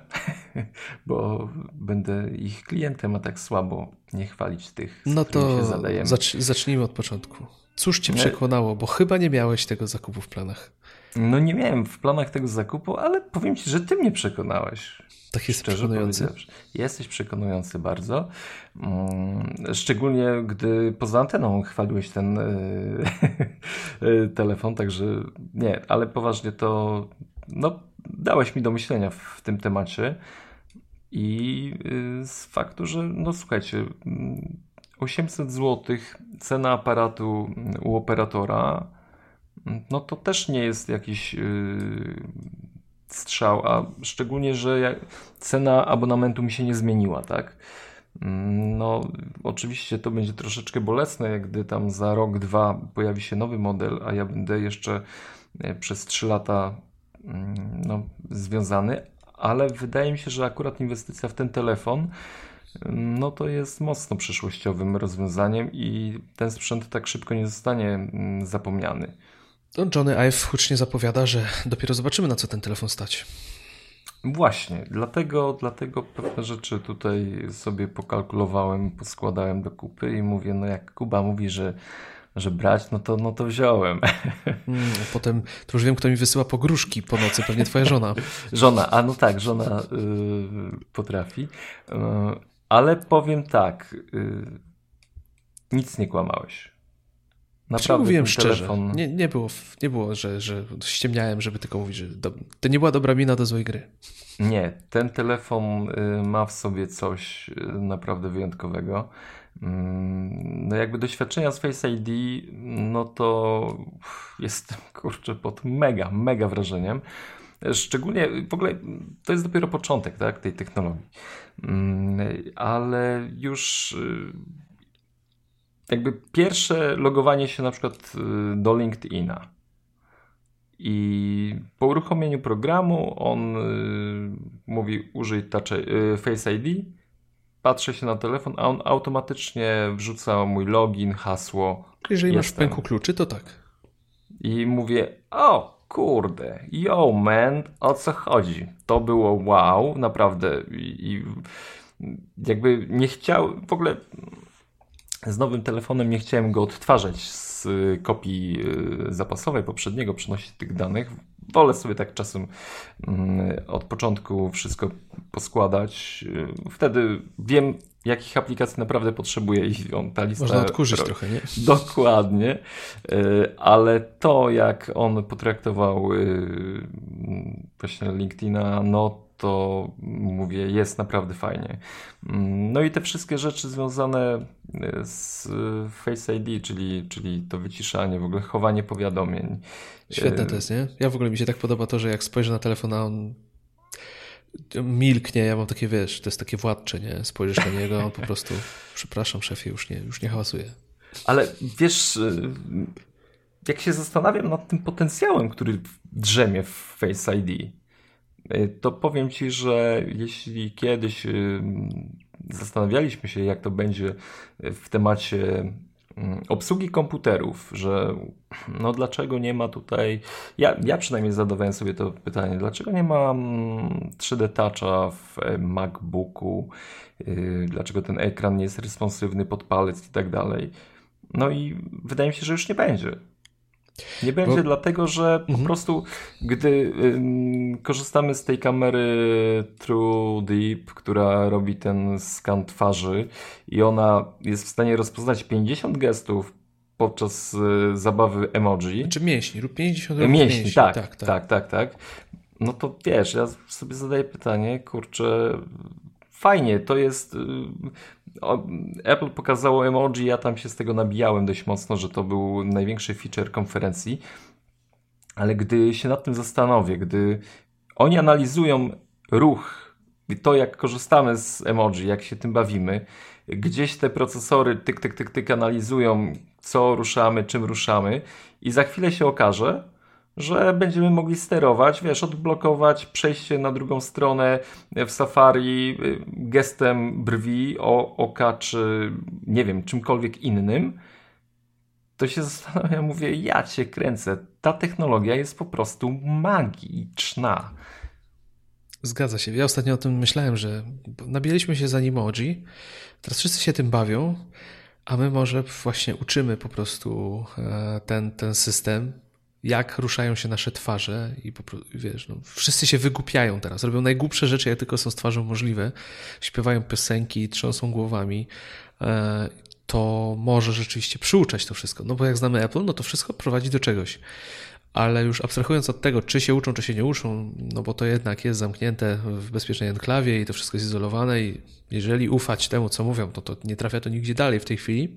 bo będę ich klientem, a tak słabo nie chwalić tych, z no to się zadajemy. Zacz, zacznijmy od początku. Cóż cię przekonało, bo chyba nie miałeś tego zakupu w planach. No nie miałem w planach tego zakupu, ale powiem ci, że ty mnie przekonałeś. Tak jest przekonujący. Jesteś przekonujący bardzo. Szczególnie gdy poza anteną chwaliłeś ten telefon, także nie, ale poważnie to no, dałeś mi do myślenia w tym temacie i z faktu, że no słuchajcie, osiemset złotych cena aparatu u operatora, no to też nie jest jakiś yy, strzał, a szczególnie, że cena abonamentu mi się nie zmieniła, tak? No oczywiście to będzie troszeczkę bolesne, jak gdy tam za rok, dwa pojawi się nowy model, a ja będę jeszcze przez trzy lata no, związany, ale wydaje mi się, że akurat inwestycja w ten telefon no to jest mocno przyszłościowym rozwiązaniem i ten sprzęt tak szybko nie zostanie zapomniany. To Johnny Ive hucznie zapowiada, że dopiero zobaczymy, na co ten telefon stać. Właśnie, dlatego, dlatego pewne rzeczy tutaj sobie pokalkulowałem, poskładałem do kupy i mówię, no jak Kuba mówi, że, że brać, no to, no to wziąłem. Mm, potem, to już wiem, kto mi wysyła pogróżki po nocy, pewnie twoja żona. Żona, a no tak, żona yy, potrafi. Yy, ale powiem tak, yy, nic nie kłamałeś. Naprawdę mówiłem szczerze, telefon... nie, nie było, nie było że, że ściemniałem, żeby tylko mówić, że do... to nie była dobra mina do złej gry. Nie, ten telefon ma w sobie coś naprawdę wyjątkowego. No jakby doświadczenia z Face I D, no to jestem kurczę pod mega, mega wrażeniem. Szczególnie w ogóle to jest dopiero początek, tak, tej technologii. Ale już jakby pierwsze logowanie się na przykład do LinkedIna. I po uruchomieniu programu on mówi użyj touch, Face I D, patrzę się na telefon, a on automatycznie wrzuca mój login, hasło. Jeżeli Jestem. masz w pęku kluczy, to tak. I mówię, o kurde, yo man, o co chodzi? To było wow, naprawdę. I, i jakby nie chciał, w ogóle z nowym telefonem nie chciałem go odtwarzać z kopii zapasowej poprzedniego, przenosić tych danych. Wolę sobie tak czasem od początku wszystko poskładać. Wtedy wiem, jakich aplikacji naprawdę potrzebuję i on, ta lista... Można odkurzyć ro... trochę, nie? Dokładnie. Ale to, jak on potraktował właśnie LinkedIna, no to mówię, jest naprawdę fajnie. No i te wszystkie rzeczy związane z Face I D, czyli, czyli to wyciszanie, w ogóle chowanie powiadomień. Świetne to jest, nie? Ja w ogóle mi się tak podoba to, że jak spojrzę na telefon, a on milknie, ja mam takie, wiesz, to jest takie władcze, nie? Spojrzysz na niego, on po prostu, przepraszam szefie, już nie, już nie hałasuje. Ale wiesz, jak się zastanawiam nad tym potencjałem, który drzemie w Face I D, to powiem Ci, że jeśli kiedyś zastanawialiśmy się, jak to będzie w temacie obsługi komputerów, że no dlaczego nie ma tutaj, ja, ja przynajmniej zadawałem sobie to pytanie, dlaczego nie ma trzy D Toucha w MacBooku, dlaczego ten ekran nie jest responsywny pod palec i tak dalej. No i wydaje mi się, że już nie będzie. Nie będzie Bo... dlatego, że po mhm. prostu gdy ym, korzystamy z tej kamery True Deep, która robi ten skan twarzy i ona jest w stanie rozpoznać pięćdziesiąt gestów podczas y, zabawy emoji. Czy mięśni lub pięćdziesiąt mięśni, mięśni. Tak, tak, tak, tak, tak, tak. No to wiesz, ja sobie zadaję pytanie, kurczę, fajnie, to jest... Apple pokazało emoji, ja tam się z tego nabijałem dość mocno, że to był największy feature konferencji, ale gdy się nad tym zastanowię, gdy oni analizują ruch, to jak korzystamy z emoji, jak się tym bawimy, gdzieś te procesory tyk, tyk, tyk, tyk analizują, co ruszamy, czym ruszamy i za chwilę się okaże, że będziemy mogli sterować, wiesz, odblokować przejście na drugą stronę w Safari gestem brwi, o, oka, czy nie wiem, czymkolwiek innym, to się zastanawiam, mówię, ja cię kręcę. Ta technologia jest po prostu magiczna. Zgadza się. Ja ostatnio o tym myślałem, że nabijaliśmy się za Animoji, teraz wszyscy się tym bawią, a my może właśnie uczymy po prostu ten, ten system, jak ruszają się nasze twarze i po prostu, wiesz, no, wszyscy się wygłupiają teraz, robią najgłupsze rzeczy, jak tylko są z twarzą możliwe, śpiewają piosenki, trząsą głowami, to może rzeczywiście przyuczać to wszystko, no bo jak znamy Apple, no to wszystko prowadzi do czegoś, ale już abstrahując od tego, czy się uczą, czy się nie uczą, no bo to jednak jest zamknięte w bezpiecznej enklawie i to wszystko jest izolowane i jeżeli ufać temu, co mówią, to, to nie trafia to nigdzie dalej w tej chwili,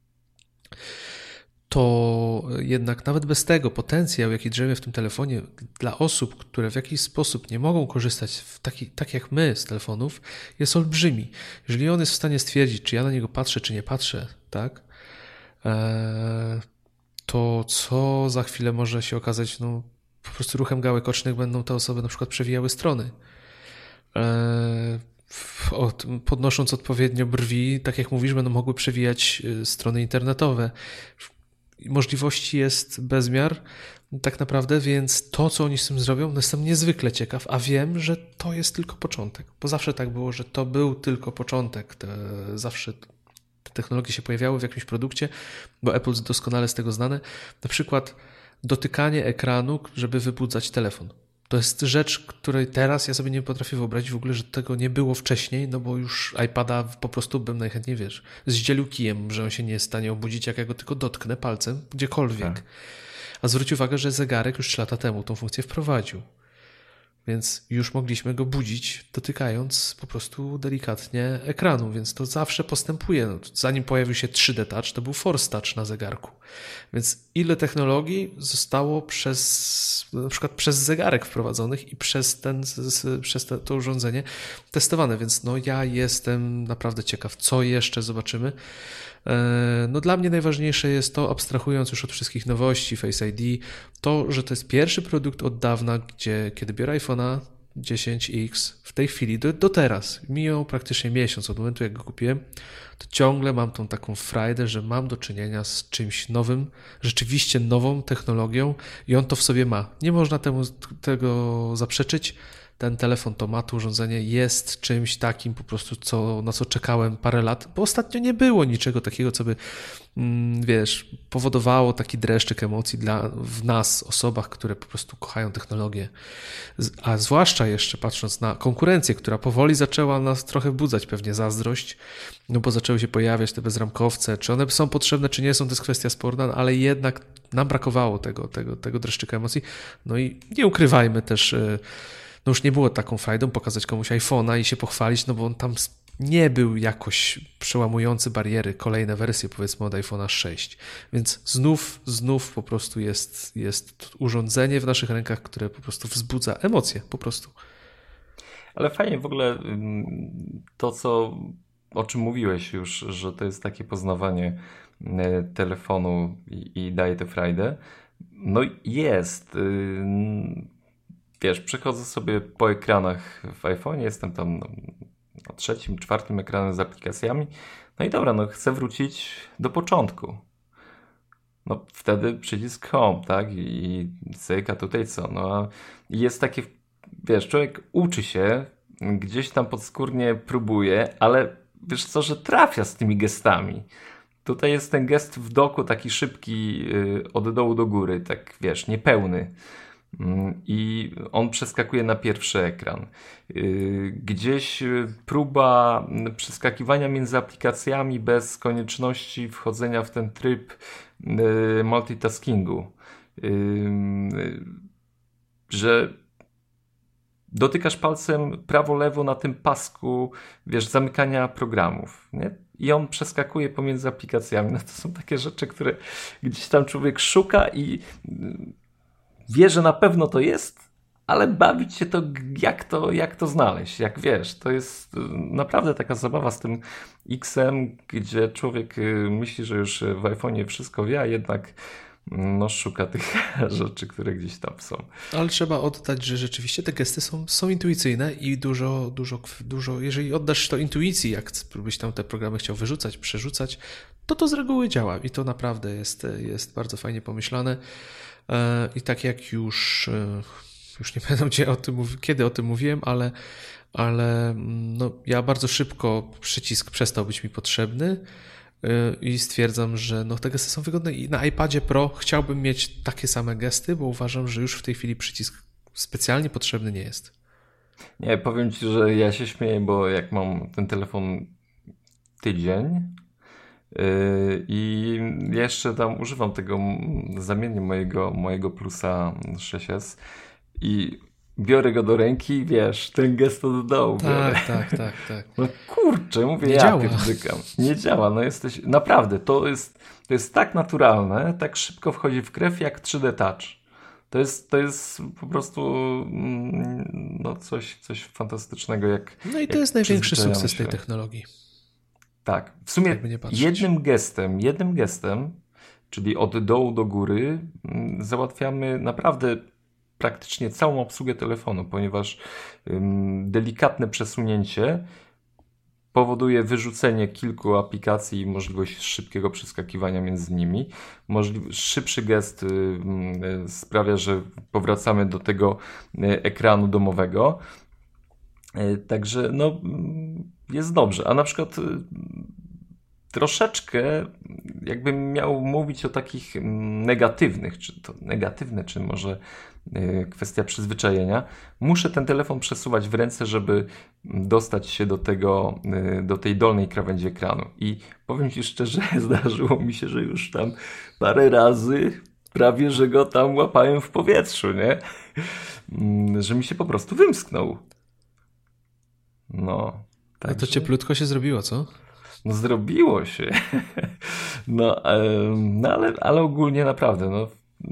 to jednak nawet bez tego potencjał, jaki drzemie w tym telefonie dla osób, które w jakiś sposób nie mogą korzystać w taki, tak jak my z telefonów, jest olbrzymi. Jeżeli on jest w stanie stwierdzić, czy ja na niego patrzę, czy nie patrzę, tak, eee, to co za chwilę może się okazać, no po prostu ruchem gałek ocznych będą te osoby na przykład przewijały strony. Eee, Od, podnosząc odpowiednio brwi, tak jak mówisz, będą mogły przewijać strony internetowe. Możliwości jest bezmiar tak naprawdę, więc to, co oni z tym zrobią, no jestem niezwykle ciekaw, a wiem, że to jest tylko początek, bo zawsze tak było, że to był tylko początek. Te, zawsze te technologie się pojawiały w jakimś produkcie, bo Apple doskonale z tego znane. Na przykład dotykanie ekranu, żeby wybudzać telefon. To jest rzecz, której teraz ja sobie nie potrafię wyobrazić w ogóle, że tego nie było wcześniej, no bo już iPada po prostu bym najchętniej, wiesz, zdzielił kijem, że on się nie jest w stanie obudzić, jak ja go tylko dotknę palcem, gdziekolwiek. Tak. A zwróć uwagę, że zegarek już trzy lata temu tą funkcję wprowadził. Więc już mogliśmy go budzić, dotykając po prostu delikatnie ekranu, więc to zawsze postępuje. No, zanim pojawił się trzy D Touch, to był Force Touch na zegarku. Więc ile technologii zostało przez na przykład przez zegarek wprowadzonych i przez, ten, przez te, to urządzenie testowane, więc no ja jestem naprawdę ciekaw, co jeszcze zobaczymy. No dla mnie najważniejsze jest to, abstrahując już od wszystkich nowości, Face I D, to, że to jest pierwszy produkt od dawna, gdzie kiedy biorę iPhone'a dziesięć X w tej chwili, do, do teraz, minął praktycznie miesiąc od momentu, jak go kupiłem, to ciągle mam tą taką frajdę, że mam do czynienia z czymś nowym, rzeczywiście nową technologią i on to w sobie ma. Nie można temu, tego zaprzeczyć. Ten telefon to ma, to urządzenie jest czymś takim po prostu, co, na co czekałem parę lat, bo ostatnio nie było niczego takiego, co by, mm, wiesz, powodowało taki dreszczyk emocji dla, w nas, osobach, które po prostu kochają technologię. A zwłaszcza jeszcze patrząc na konkurencję, która powoli zaczęła nas trochę budzać, pewnie zazdrość, no bo zaczęły się pojawiać te bezramkowce, czy one są potrzebne, czy nie są, to jest kwestia sporna, ale jednak nam brakowało tego, tego, tego dreszczyka emocji. No i nie ukrywajmy też, no już nie było taką frajdą pokazać komuś iPhone'a i się pochwalić, no bo on tam nie był jakoś przełamujący bariery, kolejne wersje powiedzmy od iPhone'a sześć. Więc znów, znów po prostu jest, jest urządzenie w naszych rękach, które po prostu wzbudza emocje, po prostu. Ale fajnie w ogóle to, co, o czym mówiłeś już, że to jest takie poznawanie telefonu i, i daje tę frajdę. No jest. Wiesz, przechodzę sobie po ekranach w iPhone'ie, jestem tam no, na trzecim, czwartym ekranem z aplikacjami. No i dobra, no chcę wrócić do początku. No wtedy przycisk Home, tak? I cyk, a tutaj co? No a jest takie, wiesz, człowiek uczy się, gdzieś tam podskórnie próbuje, ale wiesz co, że trafia z tymi gestami. Tutaj jest ten gest w doku taki szybki, yy, od dołu do góry, tak wiesz, niepełny. I on przeskakuje na pierwszy ekran. Gdzieś próba przeskakiwania między aplikacjami bez konieczności wchodzenia w ten tryb multitaskingu. Że dotykasz palcem prawo-lewo na tym pasku, wiesz, zamykania programów, nie? I on przeskakuje pomiędzy aplikacjami. No to są takie rzeczy, które gdzieś tam człowiek szuka i wie, że na pewno to jest, ale bawić się to, jak to, jak to znaleźć, jak wiesz, to jest naprawdę taka zabawa z tym X-em, gdzie człowiek myśli, że już w iPhone'ie wszystko wie, a jednak no, szuka tych rzeczy, które gdzieś tam są. Ale trzeba oddać, że rzeczywiście te gesty są, są intuicyjne i dużo, dużo, dużo, jeżeli oddasz to intuicji, jak byś tam te programy chciał wyrzucać, przerzucać, to to z reguły działa i to naprawdę jest, jest bardzo fajnie pomyślane. I tak jak już, już nie pamiętam gdzie o tym, kiedy o tym mówiłem, ale, ale no, ja bardzo szybko przycisk przestał być mi potrzebny i stwierdzam, że no, te gesty są wygodne i na iPadzie Pro chciałbym mieć takie same gesty, bo uważam, że już w tej chwili przycisk specjalnie potrzebny nie jest. Nie, powiem Ci, że ja się śmieję, bo jak mam ten telefon tydzień, i jeszcze tam używam tego zamiennie mojego, mojego Plusa sześć S i biorę go do ręki i wiesz, ten gest od dołu tak, biorę. Tak, tak, tak. No kurczę, mówię, nie ja działa. pierdykam. Nie działa, no jesteś, naprawdę, to jest, to jest tak naturalne, tak szybko wchodzi w krew jak trzy D Touch. To jest, to jest po prostu no coś, coś fantastycznego. Jak, no i to jest największy sukces się. tej technologii. Tak, w sumie jednym gestem, jednym gestem, czyli od dołu do góry, załatwiamy naprawdę praktycznie całą obsługę telefonu, ponieważ um, delikatne przesunięcie powoduje wyrzucenie kilku aplikacji i możliwość szybkiego przeskakiwania między nimi. Możliwy, szybszy gest um, sprawia, że powracamy do tego ekranu domowego. Także no, jest dobrze. A na przykład troszeczkę jakbym miał mówić o takich negatywnych, czy to negatywne, czy może kwestia przyzwyczajenia, muszę ten telefon przesuwać w ręce, żeby dostać się do tego, do tej dolnej krawędzi ekranu. I powiem Ci szczerze, zdarzyło mi się, że już tam parę razy prawie, że go tam łapałem w powietrzu, nie? Że mi się po prostu wymsknął. No. A to cieplutko się zrobiło, co? No zrobiło się. No, no ale, ale ogólnie naprawdę, no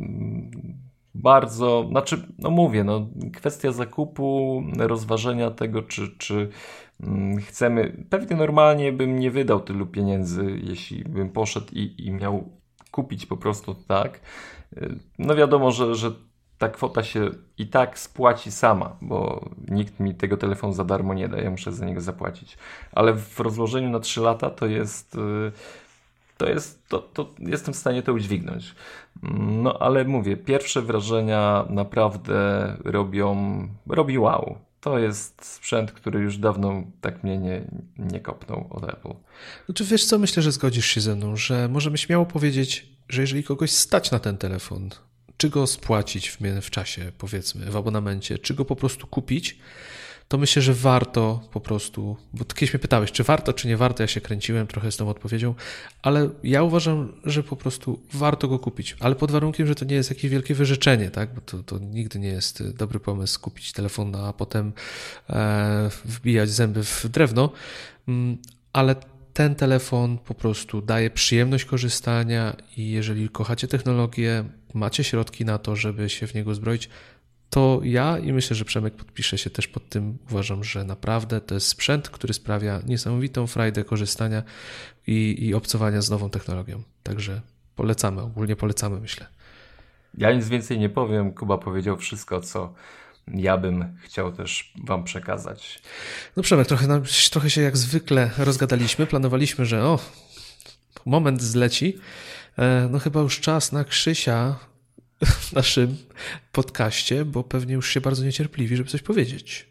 bardzo, znaczy, no mówię, no kwestia zakupu, rozważenia tego, czy, czy chcemy, pewnie normalnie bym nie wydał tylu pieniędzy, jeśli bym poszedł i, i miał kupić po prostu tak. No wiadomo, że, że ta kwota się i tak spłaci sama, bo nikt mi tego telefonu za darmo nie da, ja muszę za niego zapłacić. Ale w rozłożeniu na trzy lata to jest, to jest, to, to jestem w stanie to udźwignąć. No ale mówię, pierwsze wrażenia naprawdę robią, robi wow. To jest sprzęt, który już dawno tak mnie nie, nie kopnął od Apple. Znaczy wiesz co, myślę, że zgodzisz się ze mną, że możemy śmiało powiedzieć, że jeżeli kogoś stać na ten telefon, czy go spłacić w, w czasie, powiedzmy, w abonamencie, czy go po prostu kupić, to myślę, że warto po prostu, bo kiedyś mnie pytałeś, czy warto, czy nie warto, ja się kręciłem trochę z tą odpowiedzią, ale ja uważam, że po prostu warto go kupić, ale pod warunkiem, że to nie jest jakieś wielkie wyrzeczenie, tak? Bo to, to nigdy nie jest dobry pomysł kupić telefon, a potem e, wbijać zęby w drewno, ale ten telefon po prostu daje przyjemność korzystania i jeżeli kochacie technologię, macie środki na to, żeby się w niego zbroić, to ja i myślę, że Przemek podpisze się też pod tym, uważam, że naprawdę to jest sprzęt, który sprawia niesamowitą frajdę korzystania i, i obcowania z nową technologią. Także polecamy, ogólnie polecamy, myślę. Ja nic więcej nie powiem, Kuba powiedział wszystko, co ja bym chciał też wam przekazać. No Przemek, trochę, trochę się jak zwykle rozgadaliśmy, planowaliśmy, że o, moment zleci, no chyba już czas na Krzysia w naszym podcaście, bo pewnie już się bardzo niecierpliwi, żeby coś powiedzieć.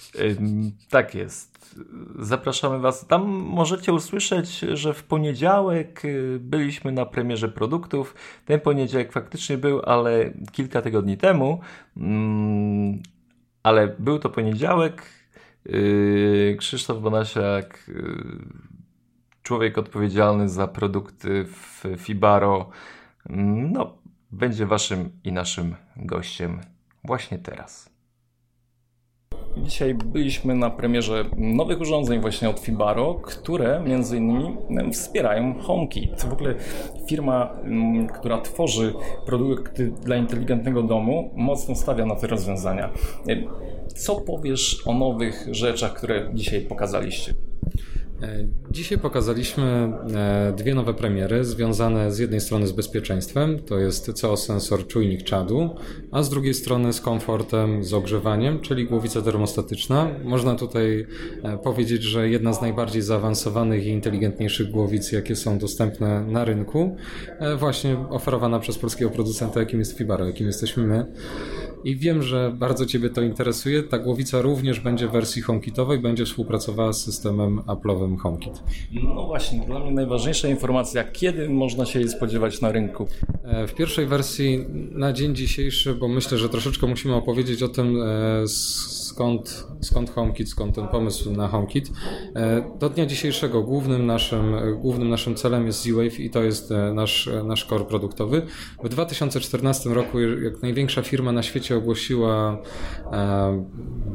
Tak jest. Zapraszamy was. Tam możecie usłyszeć, że w poniedziałek byliśmy na premierze produktów. Ten poniedziałek faktycznie był, ale kilka tygodni temu. Ale był to poniedziałek. Krzysztof Banasiak, człowiek odpowiedzialny za produkty w Fibaro, no będzie waszym i naszym gościem właśnie teraz. Dzisiaj byliśmy na premierze nowych urządzeń właśnie od Fibaro, które między innymi wspierają HomeKit. W ogóle firma, która tworzy produkty dla inteligentnego domu, mocno stawia na te rozwiązania. Co powiesz o nowych rzeczach, które dzisiaj pokazaliście? Dzisiaj pokazaliśmy dwie nowe premiery związane z jednej strony z bezpieczeństwem, to jest C O sensor czujnik czadu, a z drugiej strony z komfortem, z ogrzewaniem, czyli głowica termostatyczna. Można tutaj powiedzieć, że jedna z najbardziej zaawansowanych i inteligentniejszych głowic, jakie są dostępne na rynku, właśnie oferowana przez polskiego producenta, jakim jest Fibaro, jakim jesteśmy my. I wiem, że bardzo Ciebie to interesuje. Ta głowica również będzie w wersji HomeKitowej, będzie współpracowała z systemem Apple'owym HomeKit. No właśnie, dla mnie najważniejsza informacja, kiedy można się jej spodziewać na rynku? W pierwszej wersji na dzień dzisiejszy, bo myślę, że troszeczkę musimy opowiedzieć o tym, skąd, skąd HomeKit, skąd ten pomysł na HomeKit. Do dnia dzisiejszego głównym naszym, głównym naszym celem jest Z-Wave i to jest nasz, nasz core produktowy. W dwa tysiące czternastym roku, jak największa firma na świecie ogłosiła e,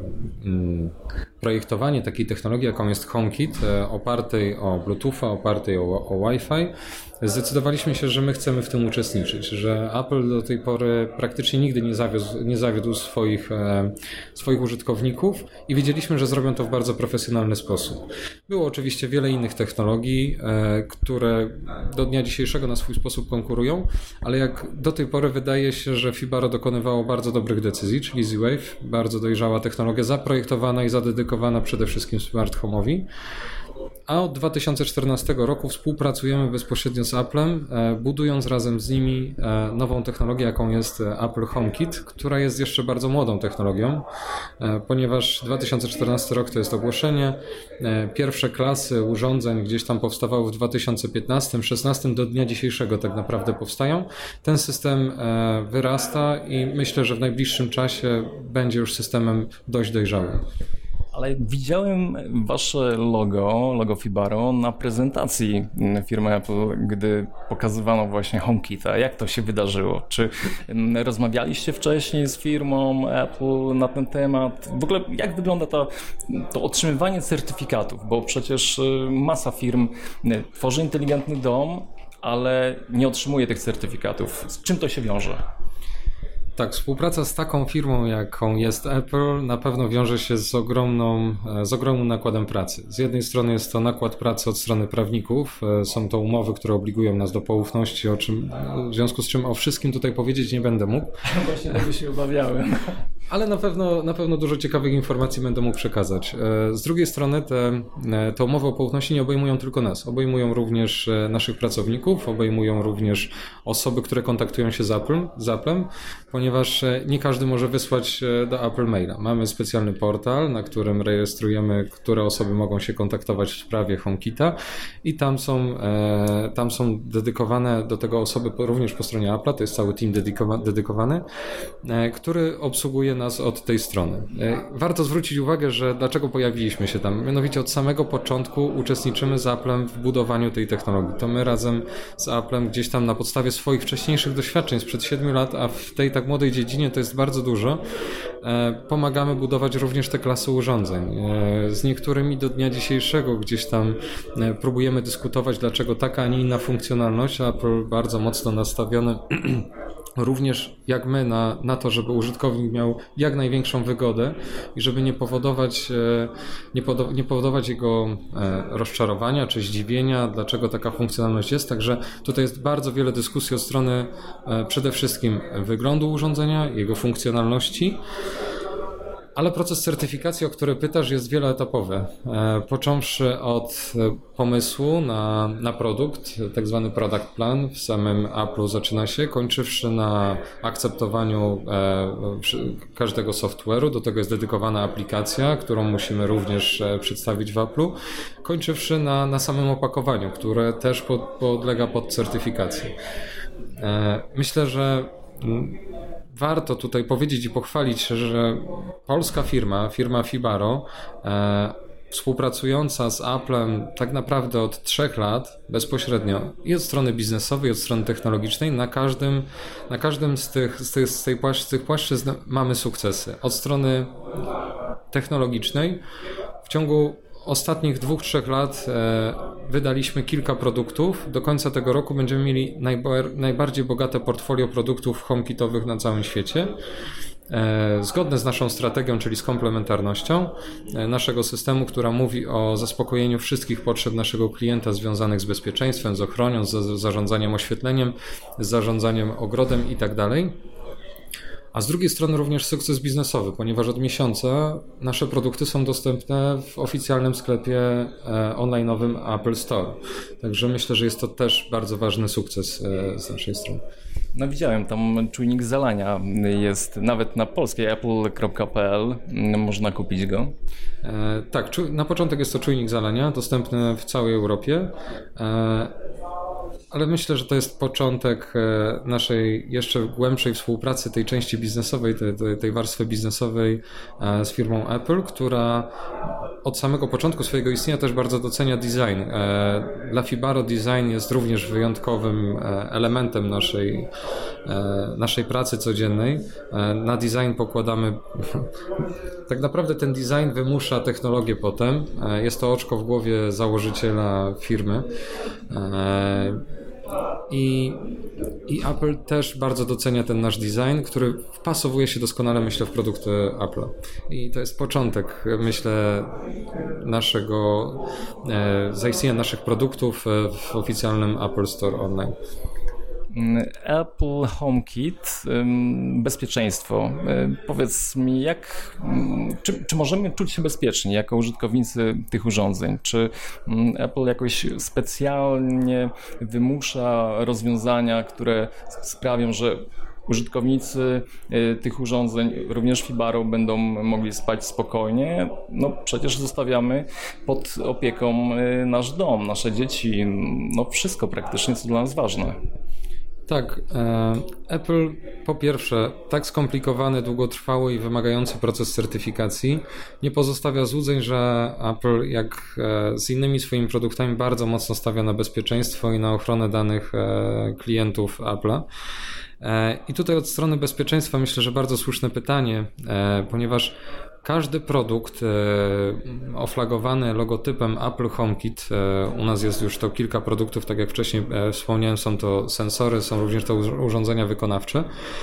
mm, projektowanie takiej technologii, jaką jest HomeKit, e, opartej o Bluetootha, opartej o, o Wi-Fi, zdecydowaliśmy się, że my chcemy w tym uczestniczyć, że Apple do tej pory praktycznie nigdy nie zawiódł, nie zawiódł swoich, e, swoich użytkowników i wiedzieliśmy, że zrobią to w bardzo profesjonalny sposób. Było oczywiście wiele innych technologii, e, które do dnia dzisiejszego na swój sposób konkurują, ale jak do tej pory wydaje się, że Fibaro dokonywało bardzo dobrych decyzji, czyli Z-Wave, bardzo dojrzała technologia, zaprojektowana i zadedykowana przede wszystkim smart home'owi. A od dwa tysiące czternastego roku współpracujemy bezpośrednio z Applem, budując razem z nimi nową technologię, jaką jest Apple HomeKit, która jest jeszcze bardzo młodą technologią, ponieważ dwa tysiące czternasty rok to jest ogłoszenie. Pierwsze klasy urządzeń gdzieś tam powstawały w dwa tysiące piętnastym szesnastym do dnia dzisiejszego tak naprawdę powstają. Ten system wyrasta i myślę, że w najbliższym czasie będzie już systemem dość dojrzałym. Ale widziałem wasze logo, logo Fibaro na prezentacji firmy Apple, gdy pokazywano właśnie HomeKita. Jak to się wydarzyło? Czy rozmawialiście wcześniej z firmą Apple na ten temat? W ogóle jak wygląda to, to otrzymywanie certyfikatów? Bo przecież masa firm tworzy inteligentny dom, ale nie otrzymuje tych certyfikatów. Z czym to się wiąże? Tak, współpraca z taką firmą, jaką jest Apple, na pewno wiąże się z, ogromną, z ogromnym nakładem pracy. Z jednej strony jest to nakład pracy od strony prawników, są to umowy, które obligują nas do poufności, o czym, w związku z czym o wszystkim tutaj powiedzieć nie będę mógł. Właśnie tego się obawiałem. Ale na pewno, na pewno dużo ciekawych informacji będę mógł przekazać. Z drugiej strony te, te umowy o poufności nie obejmują tylko nas, obejmują również naszych pracowników, obejmują również osoby, które kontaktują się z Apple, z Applem, ponieważ nie każdy może wysłać do Apple maila. Mamy specjalny portal, na którym rejestrujemy, które osoby mogą się kontaktować w sprawie HomeKita i tam są, tam są dedykowane do tego osoby również po stronie Apple'a, to jest cały team dedykowany, który obsługuje nas od tej strony. Warto zwrócić uwagę, że dlaczego pojawiliśmy się tam. Mianowicie od samego początku uczestniczymy z Applem w budowaniu tej technologii. To my razem z Applem gdzieś tam na podstawie swoich wcześniejszych doświadczeń sprzed siedmiu lat, a w tej tak młodej dziedzinie to jest bardzo dużo, pomagamy budować również te klasy urządzeń. Z niektórymi do dnia dzisiejszego gdzieś tam próbujemy dyskutować, dlaczego taka, a nie inna funkcjonalność. Apple bardzo mocno nastawiony również jak my na, na to, żeby użytkownik miał jak największą wygodę i żeby nie powodować, nie, podo, nie powodować jego rozczarowania czy zdziwienia, dlaczego taka funkcjonalność jest. Także tutaj jest bardzo wiele dyskusji od strony przede wszystkim wyglądu urządzenia, jego funkcjonalności. Ale proces certyfikacji, o który pytasz, jest wieloetapowy. Począwszy od pomysłu na, na produkt, tak zwany product plan w samym Apple'u zaczyna się, kończywszy na akceptowaniu każdego software'u, do tego jest dedykowana aplikacja, którą musimy również przedstawić w Apple'u, kończywszy na, na samym opakowaniu, które też pod, podlega pod certyfikację. Myślę, że warto tutaj powiedzieć i pochwalić się, że polska firma, firma Fibaro, e, współpracująca z Applem tak naprawdę od trzech lat bezpośrednio i od strony biznesowej, i od strony technologicznej, na każdym, na każdym z tych, z tych, z tej płaszcz, z tych płaszczyzn mamy sukcesy. Od strony technologicznej w ciągu ostatnich dwóch, trzech lat e, wydaliśmy kilka produktów. Do końca tego roku będziemy mieli najbar- najbardziej bogate portfolio produktów HomeKitowych na całym świecie. E, zgodne z naszą strategią, czyli z komplementarnością e, naszego systemu, która mówi o zaspokojeniu wszystkich potrzeb naszego klienta związanych z bezpieczeństwem, z ochroną, z, z zarządzaniem oświetleniem, z zarządzaniem ogrodem i tak dalej. A z drugiej strony również sukces biznesowy, ponieważ od miesiąca nasze produkty są dostępne w oficjalnym sklepie online'owym Apple Store. Także myślę, że jest to też bardzo ważny sukces z naszej strony. No widziałem, tam czujnik zalania jest nawet na polskiej apple kropka p l, można kupić go. E, tak, na początek jest to czujnik zalania, dostępny w całej Europie. E, Ale myślę, że to jest początek naszej jeszcze głębszej współpracy, tej części biznesowej, tej, tej warstwy biznesowej z firmą Apple, która od samego początku swojego istnienia też bardzo docenia design. Dla Fibaro design jest również wyjątkowym elementem naszej, naszej pracy codziennej. Na design pokładamy, tak naprawdę ten design wymusza technologię potem. Jest to oczko w głowie założyciela firmy. I, I Apple też bardzo docenia ten nasz design, który wpasowuje się doskonale, myślę, w produkty Apple'a. I to jest początek, myślę, naszego e, zaistnienia naszych produktów w oficjalnym Apple Store Online. Apple HomeKit, bezpieczeństwo. Powiedz mi, jak, czy, czy możemy czuć się bezpieczni jako użytkownicy tych urządzeń? Czy Apple jakoś specjalnie wymusza rozwiązania, które sprawią, że użytkownicy tych urządzeń, również Fibaro, będą mogli spać spokojnie? No przecież zostawiamy pod opieką nasz dom, nasze dzieci, no wszystko praktycznie, co dla nas ważne. Tak, Apple po pierwsze tak skomplikowany, długotrwały i wymagający proces certyfikacji nie pozostawia złudzeń, że Apple jak z innymi swoimi produktami bardzo mocno stawia na bezpieczeństwo i na ochronę danych klientów Apple'a. I tutaj od strony bezpieczeństwa myślę, że bardzo słuszne pytanie, ponieważ każdy produkt oflagowany logotypem Apple HomeKit, u nas jest już to kilka produktów, tak jak wcześniej wspomniałem, są to sensory, są również to urządzenia wykonawcze,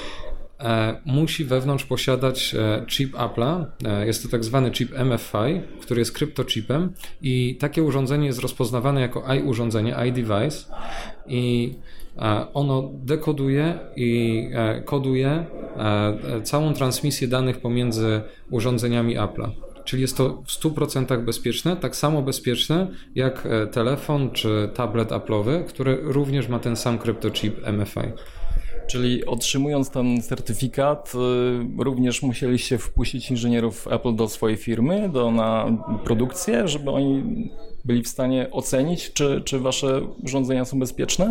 musi wewnątrz posiadać chip Apple'a. Jest to tak zwany chip M F I, który jest kryptochipem i takie urządzenie jest rozpoznawane jako i-urządzenie, i-device i ono dekoduje i koduje całą transmisję danych pomiędzy urządzeniami Apple'a. Czyli jest to w stu procentach bezpieczne, tak samo bezpieczne jak telefon czy tablet Apple'owy, który również ma ten sam kryptochip M F I. Czyli otrzymując ten certyfikat, również musieliście wpuścić inżynierów Apple do swojej firmy, do, na produkcję, żeby oni byli w stanie ocenić, czy, czy wasze urządzenia są bezpieczne?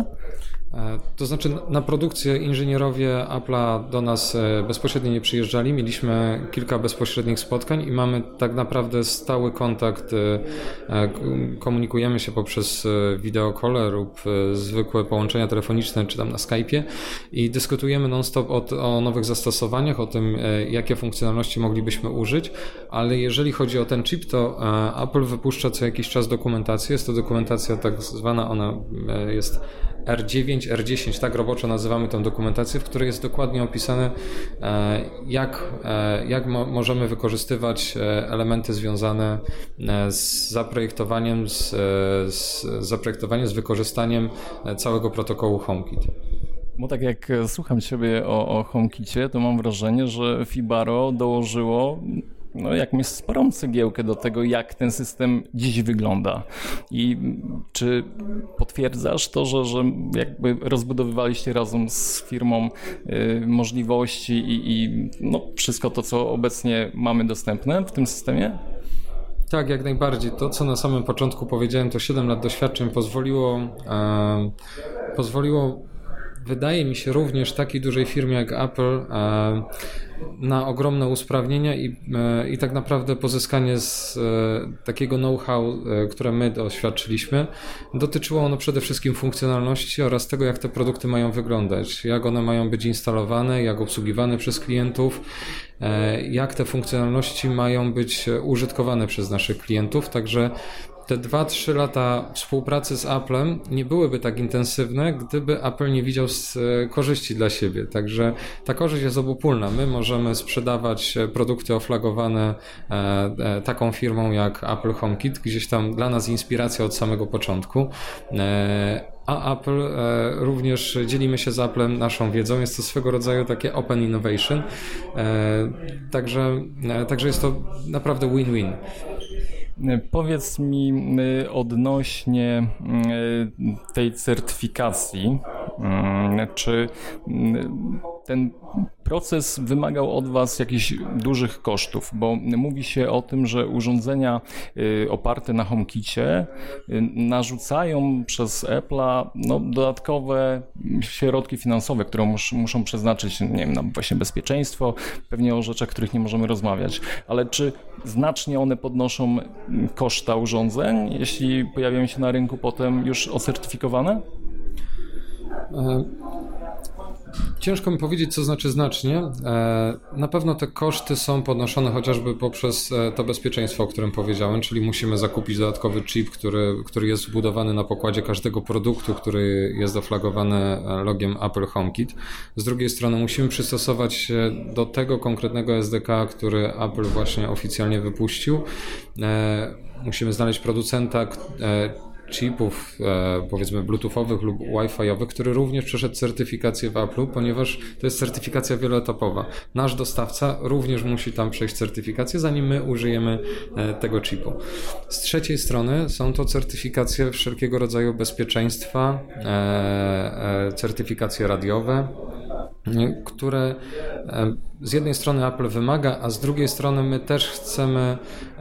To znaczy na produkcję inżynierowie Apple'a do nas bezpośrednio nie przyjeżdżali, mieliśmy kilka bezpośrednich spotkań i mamy tak naprawdę stały kontakt, komunikujemy się poprzez wideokole lub zwykłe połączenia telefoniczne czy tam na Skype'ie i dyskutujemy non-stop o, o nowych zastosowaniach, o tym jakie funkcjonalności moglibyśmy użyć, ale jeżeli chodzi o ten chip, to Apple wypuszcza co jakiś czas dokumentację, jest to dokumentacja tak zwana, ona jest R dziewięć, R dziesięć, tak roboczo nazywamy tę dokumentację, w której jest dokładnie opisane, jak, jak mo- możemy wykorzystywać elementy związane z zaprojektowaniem, z, z zaprojektowaniem, z wykorzystaniem całego protokołu HomeKit. Bo tak jak słucham Ciebie o, o HomeKicie, to mam wrażenie, że Fibaro dołożyło no, jakąś sporą cegiełkę do tego, jak ten system dziś wygląda. I czy potwierdzasz to, że, że jakby rozbudowywaliście razem z firmą y, możliwości i, i no, wszystko to, co obecnie mamy dostępne w tym systemie? Tak, jak najbardziej. To, co na samym początku powiedziałem, to siedem lat doświadczeń pozwoliło, e, pozwoliło wydaje mi się również takiej dużej firmie jak Apple e, na ogromne usprawnienia i, e, i tak naprawdę pozyskanie z e, takiego know-how, e, które my doświadczyliśmy. Dotyczyło ono przede wszystkim funkcjonalności oraz tego, jak te produkty mają wyglądać, jak one mają być instalowane, jak obsługiwane przez klientów, e, jak te funkcjonalności mają być użytkowane przez naszych klientów, także te dwa trzy lata współpracy z Applem nie byłyby tak intensywne, gdyby Apple nie widział korzyści dla siebie. Także ta korzyść jest obopólna. My możemy sprzedawać produkty oflagowane taką firmą jak Apple HomeKit, gdzieś tam dla nas inspiracja od samego początku. A Apple również dzielimy się z Applem naszą wiedzą. Jest to swego rodzaju takie open innovation. Także, także jest to naprawdę win-win. Powiedz mi odnośnie tej certyfikacji, czy ten proces wymagał od Was jakichś dużych kosztów, bo mówi się o tym, że urządzenia oparte na HomeKicie narzucają przez Apple'a no, dodatkowe środki finansowe, które mus, muszą przeznaczyć, nie wiem, na właśnie bezpieczeństwo, pewnie o rzeczach, których nie możemy rozmawiać, ale czy znacznie one podnoszą koszta urządzeń, jeśli pojawiają się na rynku potem już ocertyfikowane? Ciężko mi powiedzieć, co znaczy znacznie. Na pewno te koszty są podnoszone chociażby poprzez to bezpieczeństwo, o którym powiedziałem, czyli musimy zakupić dodatkowy chip, który, który jest wbudowany na pokładzie każdego produktu, który jest oflagowany logiem Apple HomeKit. Z drugiej strony musimy przystosować się do tego konkretnego S D K, który Apple właśnie oficjalnie wypuścił. Musimy znaleźć producenta chipów, powiedzmy bluetoothowych lub wi-fiowych, który również przeszedł certyfikację w Apple'u, ponieważ to jest certyfikacja wieloetapowa. Nasz dostawca również musi tam przejść certyfikację, zanim my użyjemy tego chipu. Z trzeciej strony są to certyfikacje wszelkiego rodzaju bezpieczeństwa, certyfikacje radiowe, które z jednej strony Apple wymaga, a z drugiej strony my też chcemy,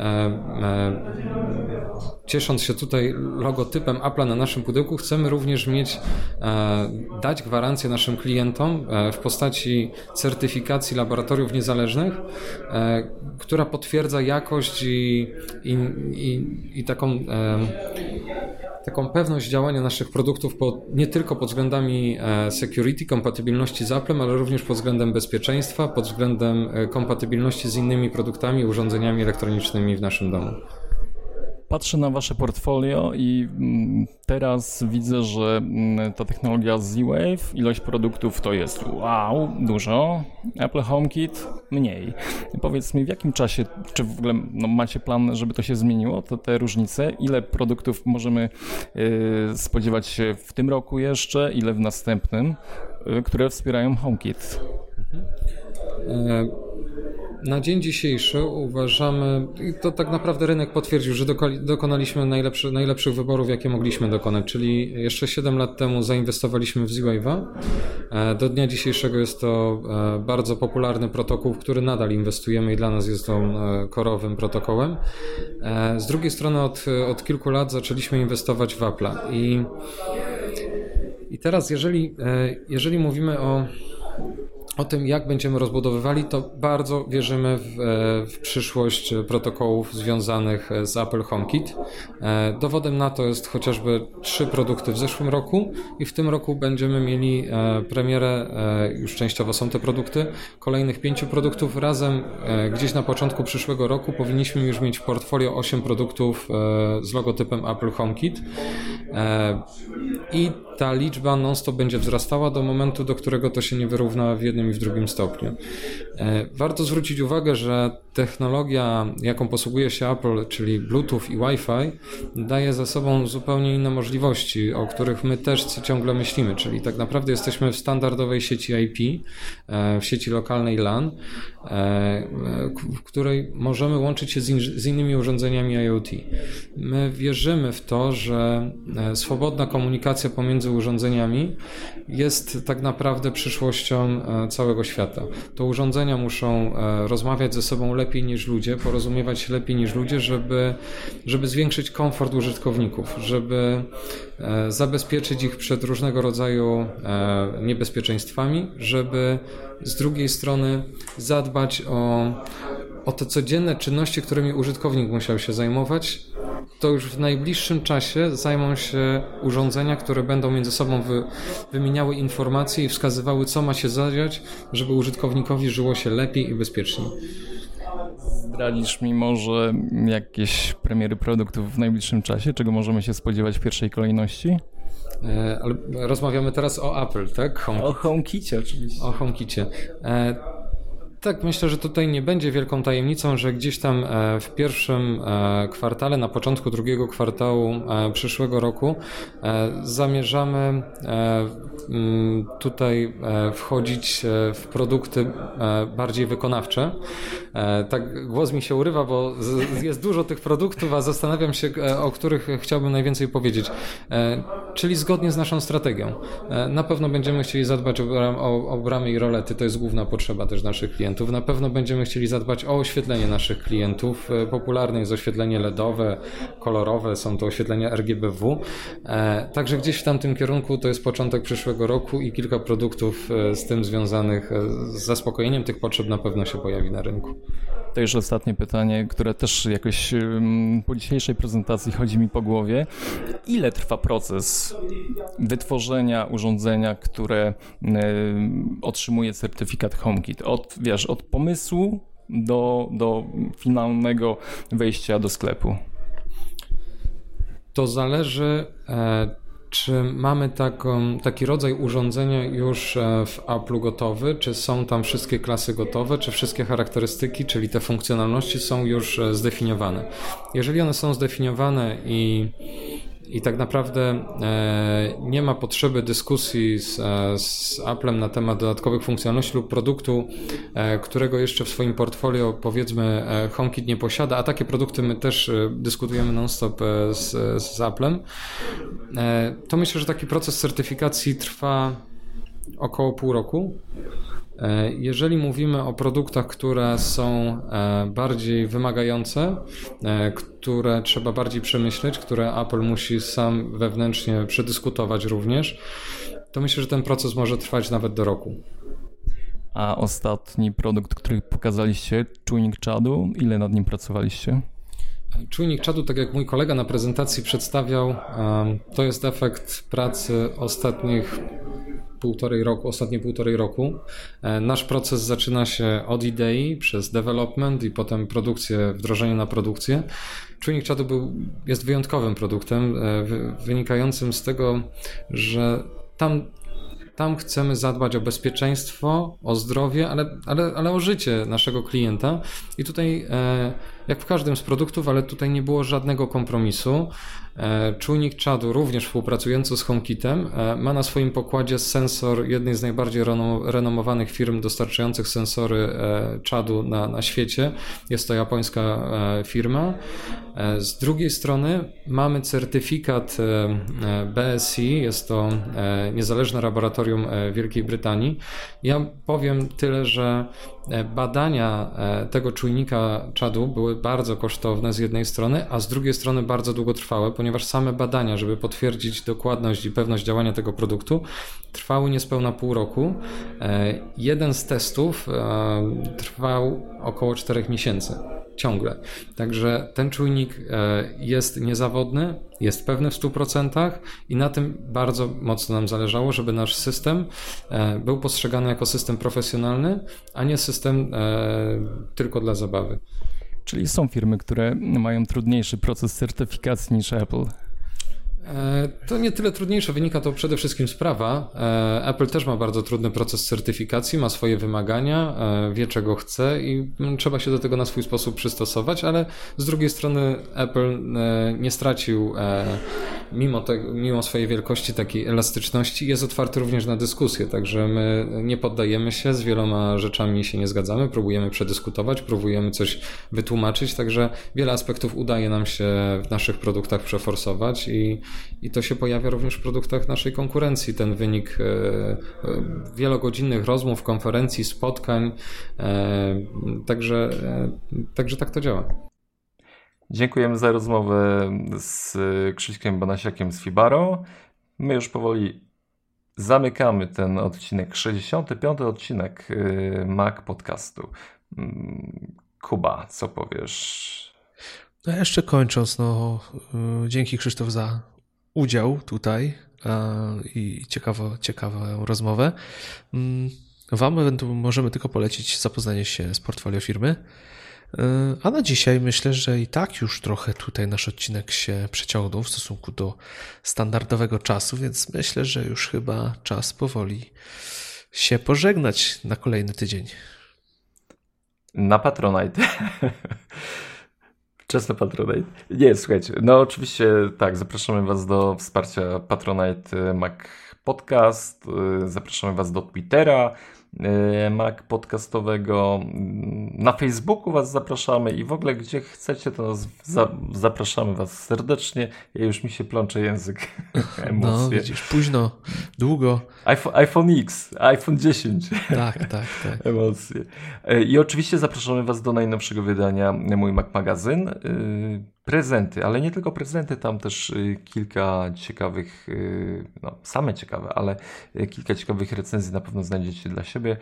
ciesząc się tutaj logotypem Apple'a na naszym pudełku, chcemy również mieć, dać gwarancję naszym klientom w postaci certyfikacji laboratoriów niezależnych, która potwierdza jakość i, i, i, i taką taką pewność działania naszych produktów pod, nie tylko pod względami security, kompatybilności z Applem, ale również pod względem bezpieczeństwa, pod względem kompatybilności z innymi produktami, urządzeniami elektronicznymi w naszym domu. Patrzę na wasze portfolio i teraz widzę, że ta technologia Z-Wave, ilość produktów to jest wow, dużo, Apple HomeKit mniej. Powiedz mi, w jakim czasie, czy w ogóle no, macie plan, żeby to się zmieniło, to te różnice? Ile produktów możemy y, spodziewać się w tym roku jeszcze, ile w następnym, y, które wspierają HomeKit? Mhm. Na dzień dzisiejszy uważamy, i to tak naprawdę rynek potwierdził, że dokonaliśmy najlepszy, najlepszych wyborów, jakie mogliśmy dokonać, czyli jeszcze siedem lat temu zainwestowaliśmy w Z-Wave'a. Do dnia dzisiejszego jest to bardzo popularny protokół, w który nadal inwestujemy i dla nas jest on korowym protokołem. Z drugiej strony od, od kilku lat zaczęliśmy inwestować w Apple'a i, i teraz jeżeli, jeżeli mówimy o O tym, jak będziemy rozbudowywali, to bardzo wierzymy w, w przyszłość protokołów związanych z Apple HomeKit. Dowodem na to jest chociażby trzy produkty w zeszłym roku i w tym roku będziemy mieli premierę, już częściowo są te produkty, kolejnych pięciu produktów. Razem gdzieś na początku przyszłego roku powinniśmy już mieć w portfolio osiem produktów z logotypem Apple HomeKit i ta liczba non-stop będzie wzrastała do momentu, do którego to się nie wyrówna w jednym i w drugim stopniu. Warto zwrócić uwagę, że technologia, jaką posługuje się Apple, czyli Bluetooth i Wi-Fi, daje ze sobą zupełnie inne możliwości, o których my też ciągle myślimy, czyli tak naprawdę jesteśmy w standardowej sieci I P, w sieci lokalnej LAN, w której możemy łączyć się z, in- z innymi urządzeniami IoT. My wierzymy w to, że swobodna komunikacja pomiędzy urządzeniami jest tak naprawdę przyszłością całego świata. To urządzenia muszą rozmawiać ze sobą lepiej niż ludzie, porozumiewać się lepiej niż ludzie, żeby, żeby zwiększyć komfort użytkowników, żeby zabezpieczyć ich przed różnego rodzaju niebezpieczeństwami, żeby z drugiej strony zadbać o, o te codzienne czynności, którymi użytkownik musiał się zajmować. To już w najbliższym czasie zajmą się urządzenia, które będą między sobą wy, wymieniały informacje i wskazywały, co ma się zadziać, żeby użytkownikowi żyło się lepiej i bezpieczniej. Zdradzisz mi może jakieś premiery produktów w najbliższym czasie, czego możemy się spodziewać w pierwszej kolejności? E, ale rozmawiamy teraz o Apple, tak? HomeKit. O HomeKicie oczywiście. O HomeKicie. E, Tak, myślę, że tutaj nie będzie wielką tajemnicą, że gdzieś tam w pierwszym kwartale, na początku drugiego kwartału przyszłego roku zamierzamy tutaj wchodzić w produkty bardziej wykonawcze. Tak, głos mi się urywa, bo jest dużo tych produktów, a zastanawiam się, o których chciałbym najwięcej powiedzieć. Czyli zgodnie z naszą strategią. Na pewno będziemy chcieli zadbać o, o, o bramy i rolety, to jest główna potrzeba też naszych klientów. Na pewno będziemy chcieli zadbać o oświetlenie naszych klientów. Popularne jest oświetlenie L E D owe, kolorowe, są to oświetlenia R G B W. Także gdzieś w tamtym kierunku to jest początek przyszłego roku i kilka produktów z tym związanych z zaspokojeniem tych potrzeb na pewno się pojawi na rynku. To już ostatnie pytanie, które też jakoś po dzisiejszej prezentacji chodzi mi po głowie. Ile trwa proces wytworzenia urządzenia, które otrzymuje certyfikat HomeKit? Od, wiesz, od pomysłu do, do finalnego wejścia do sklepu? To zależy, czy mamy taką, taki rodzaj urządzenia już w Apple'u gotowy, czy są tam wszystkie klasy gotowe, czy wszystkie charakterystyki, czyli te funkcjonalności są już zdefiniowane. Jeżeli one są zdefiniowane i I tak naprawdę nie ma potrzeby dyskusji z, z Applem na temat dodatkowych funkcjonalności lub produktu, którego jeszcze w swoim portfolio, powiedzmy, HomeKit nie posiada, a takie produkty my też dyskutujemy non-stop z, z Applem, to myślę, że taki proces certyfikacji trwa około pół roku. Jeżeli mówimy o produktach, które są bardziej wymagające, które trzeba bardziej przemyśleć, które Apple musi sam wewnętrznie przedyskutować również, to myślę, że ten proces może trwać nawet do roku. A ostatni produkt, który pokazaliście, czujnik czadu, ile nad nim pracowaliście? Czujnik czadu, tak jak mój kolega na prezentacji przedstawiał, to jest efekt pracy ostatnich półtorej roku, ostatnie półtorej roku. Nasz proces zaczyna się od idei, przez development i potem produkcję, wdrożenie na produkcję. Czujnik czadu był, jest wyjątkowym produktem, wynikającym z tego, że tam Tam chcemy zadbać o bezpieczeństwo, o zdrowie, ale, ale, ale o życie naszego klienta. I tutaj, jak w każdym z produktów, ale tutaj nie było żadnego kompromisu. Czujnik czadu, również współpracujący z HomeKitem, ma na swoim pokładzie sensor jednej z najbardziej renomowanych firm dostarczających sensory czadu na, na świecie. Jest to japońska firma. Z drugiej strony mamy certyfikat B S I, jest to niezależne laboratorium Wielkiej Brytanii. Ja powiem tyle, że badania tego czujnika czadu były bardzo kosztowne z jednej strony, a z drugiej strony bardzo długotrwałe, ponieważ same badania, żeby potwierdzić dokładność i pewność działania tego produktu, trwały niespełna pół roku. Jeden z testów trwał około czterech miesięcy. Ciągle. Także ten czujnik jest niezawodny, jest pewny w stu procentach i na tym bardzo mocno nam zależało, żeby nasz system był postrzegany jako system profesjonalny, a nie system tylko dla zabawy. Czyli są firmy, które mają trudniejszy proces certyfikacji niż Apple. To nie tyle trudniejsze, wynika to przede wszystkim z prawa. Apple też ma bardzo trudny proces certyfikacji, ma swoje wymagania, wie czego chce i trzeba się do tego na swój sposób przystosować, ale z drugiej strony Apple nie stracił mimo, te, mimo swojej wielkości takiej elastyczności, jest otwarty również na dyskusję, także my nie poddajemy się, z wieloma rzeczami się nie zgadzamy, próbujemy przedyskutować, próbujemy coś wytłumaczyć, także wiele aspektów udaje nam się w naszych produktach przeforsować i I to się pojawia również w produktach naszej konkurencji. Ten wynik wielogodzinnych rozmów, konferencji, spotkań. Także, także tak to działa. Dziękujemy za rozmowę z Krzyśkiem Banasiakiem z Fibaro. My już powoli zamykamy ten odcinek, sześćdziesiąty piąty odcinek Mac Podcastu. Kuba, co powiesz? No jeszcze kończąc, no dzięki Krzysztof za udział tutaj i ciekawą, ciekawą rozmowę. Wam możemy tylko polecić zapoznanie się z portfolio firmy. A na dzisiaj myślę, że i tak już trochę tutaj nasz odcinek się przeciągnął w stosunku do standardowego czasu, więc myślę, że już chyba czas powoli się pożegnać na kolejny tydzień. Na Patronite. Czas na Patronite. Nie, słuchajcie, no oczywiście tak, zapraszamy Was do wsparcia Patronite Mac Podcast, zapraszamy Was do Twittera Mac Podcastowego, na Facebooku Was zapraszamy i w ogóle gdzie chcecie, to nas za- zapraszamy Was serdecznie. Ja już mi się plącze język, emocje. No widzisz, późno, długo. iPhone, iPhone X, iPhone dziesięć. Tak, tak, tak. Emocje. I oczywiście zapraszamy Was do najnowszego wydania Mój Mac Magazyn. Prezenty, ale nie tylko prezenty, tam też kilka ciekawych, no same ciekawe, ale kilka ciekawych recenzji na pewno znajdziecie dla siebie.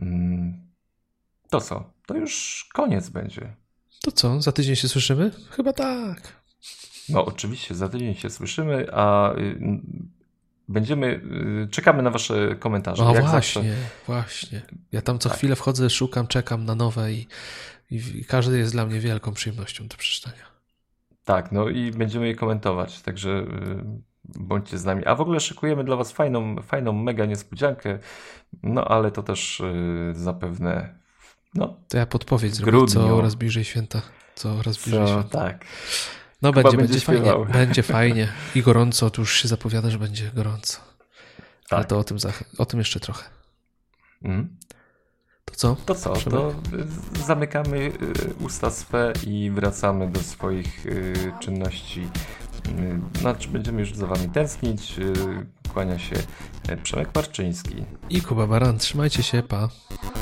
To co? To już koniec będzie. To co? Za tydzień się słyszymy? Chyba tak. No oczywiście, za tydzień się słyszymy, a będziemy, czekamy na Wasze komentarze. O jak właśnie, zawsze. właśnie. Ja tam co tak. chwilę wchodzę, szukam, czekam na nowe i, i każdy jest dla mnie wielką przyjemnością do przeczytania. Tak, no i będziemy je komentować, także y, bądźcie z nami. A w ogóle szykujemy dla Was fajną, fajną mega niespodziankę, no ale to też y, zapewne, no. To ja podpowiedź zrobię coraz bliżej święta. Coraz bliżej Co, święta. tak. No Chyba będzie, będzie będzie fajnie, śpiewał. będzie fajnie i gorąco, tu już się zapowiada, że będzie gorąco. Tak. Ale to o tym, za, o tym jeszcze trochę. Mm. To co? To co? To y, zamykamy y, usta swe i wracamy do swoich y, czynności. Y, znaczy będziemy już za Wami tęsknić. Y, kłania się Przemek Marczyński i Kuba Baran. Trzymajcie się, pa.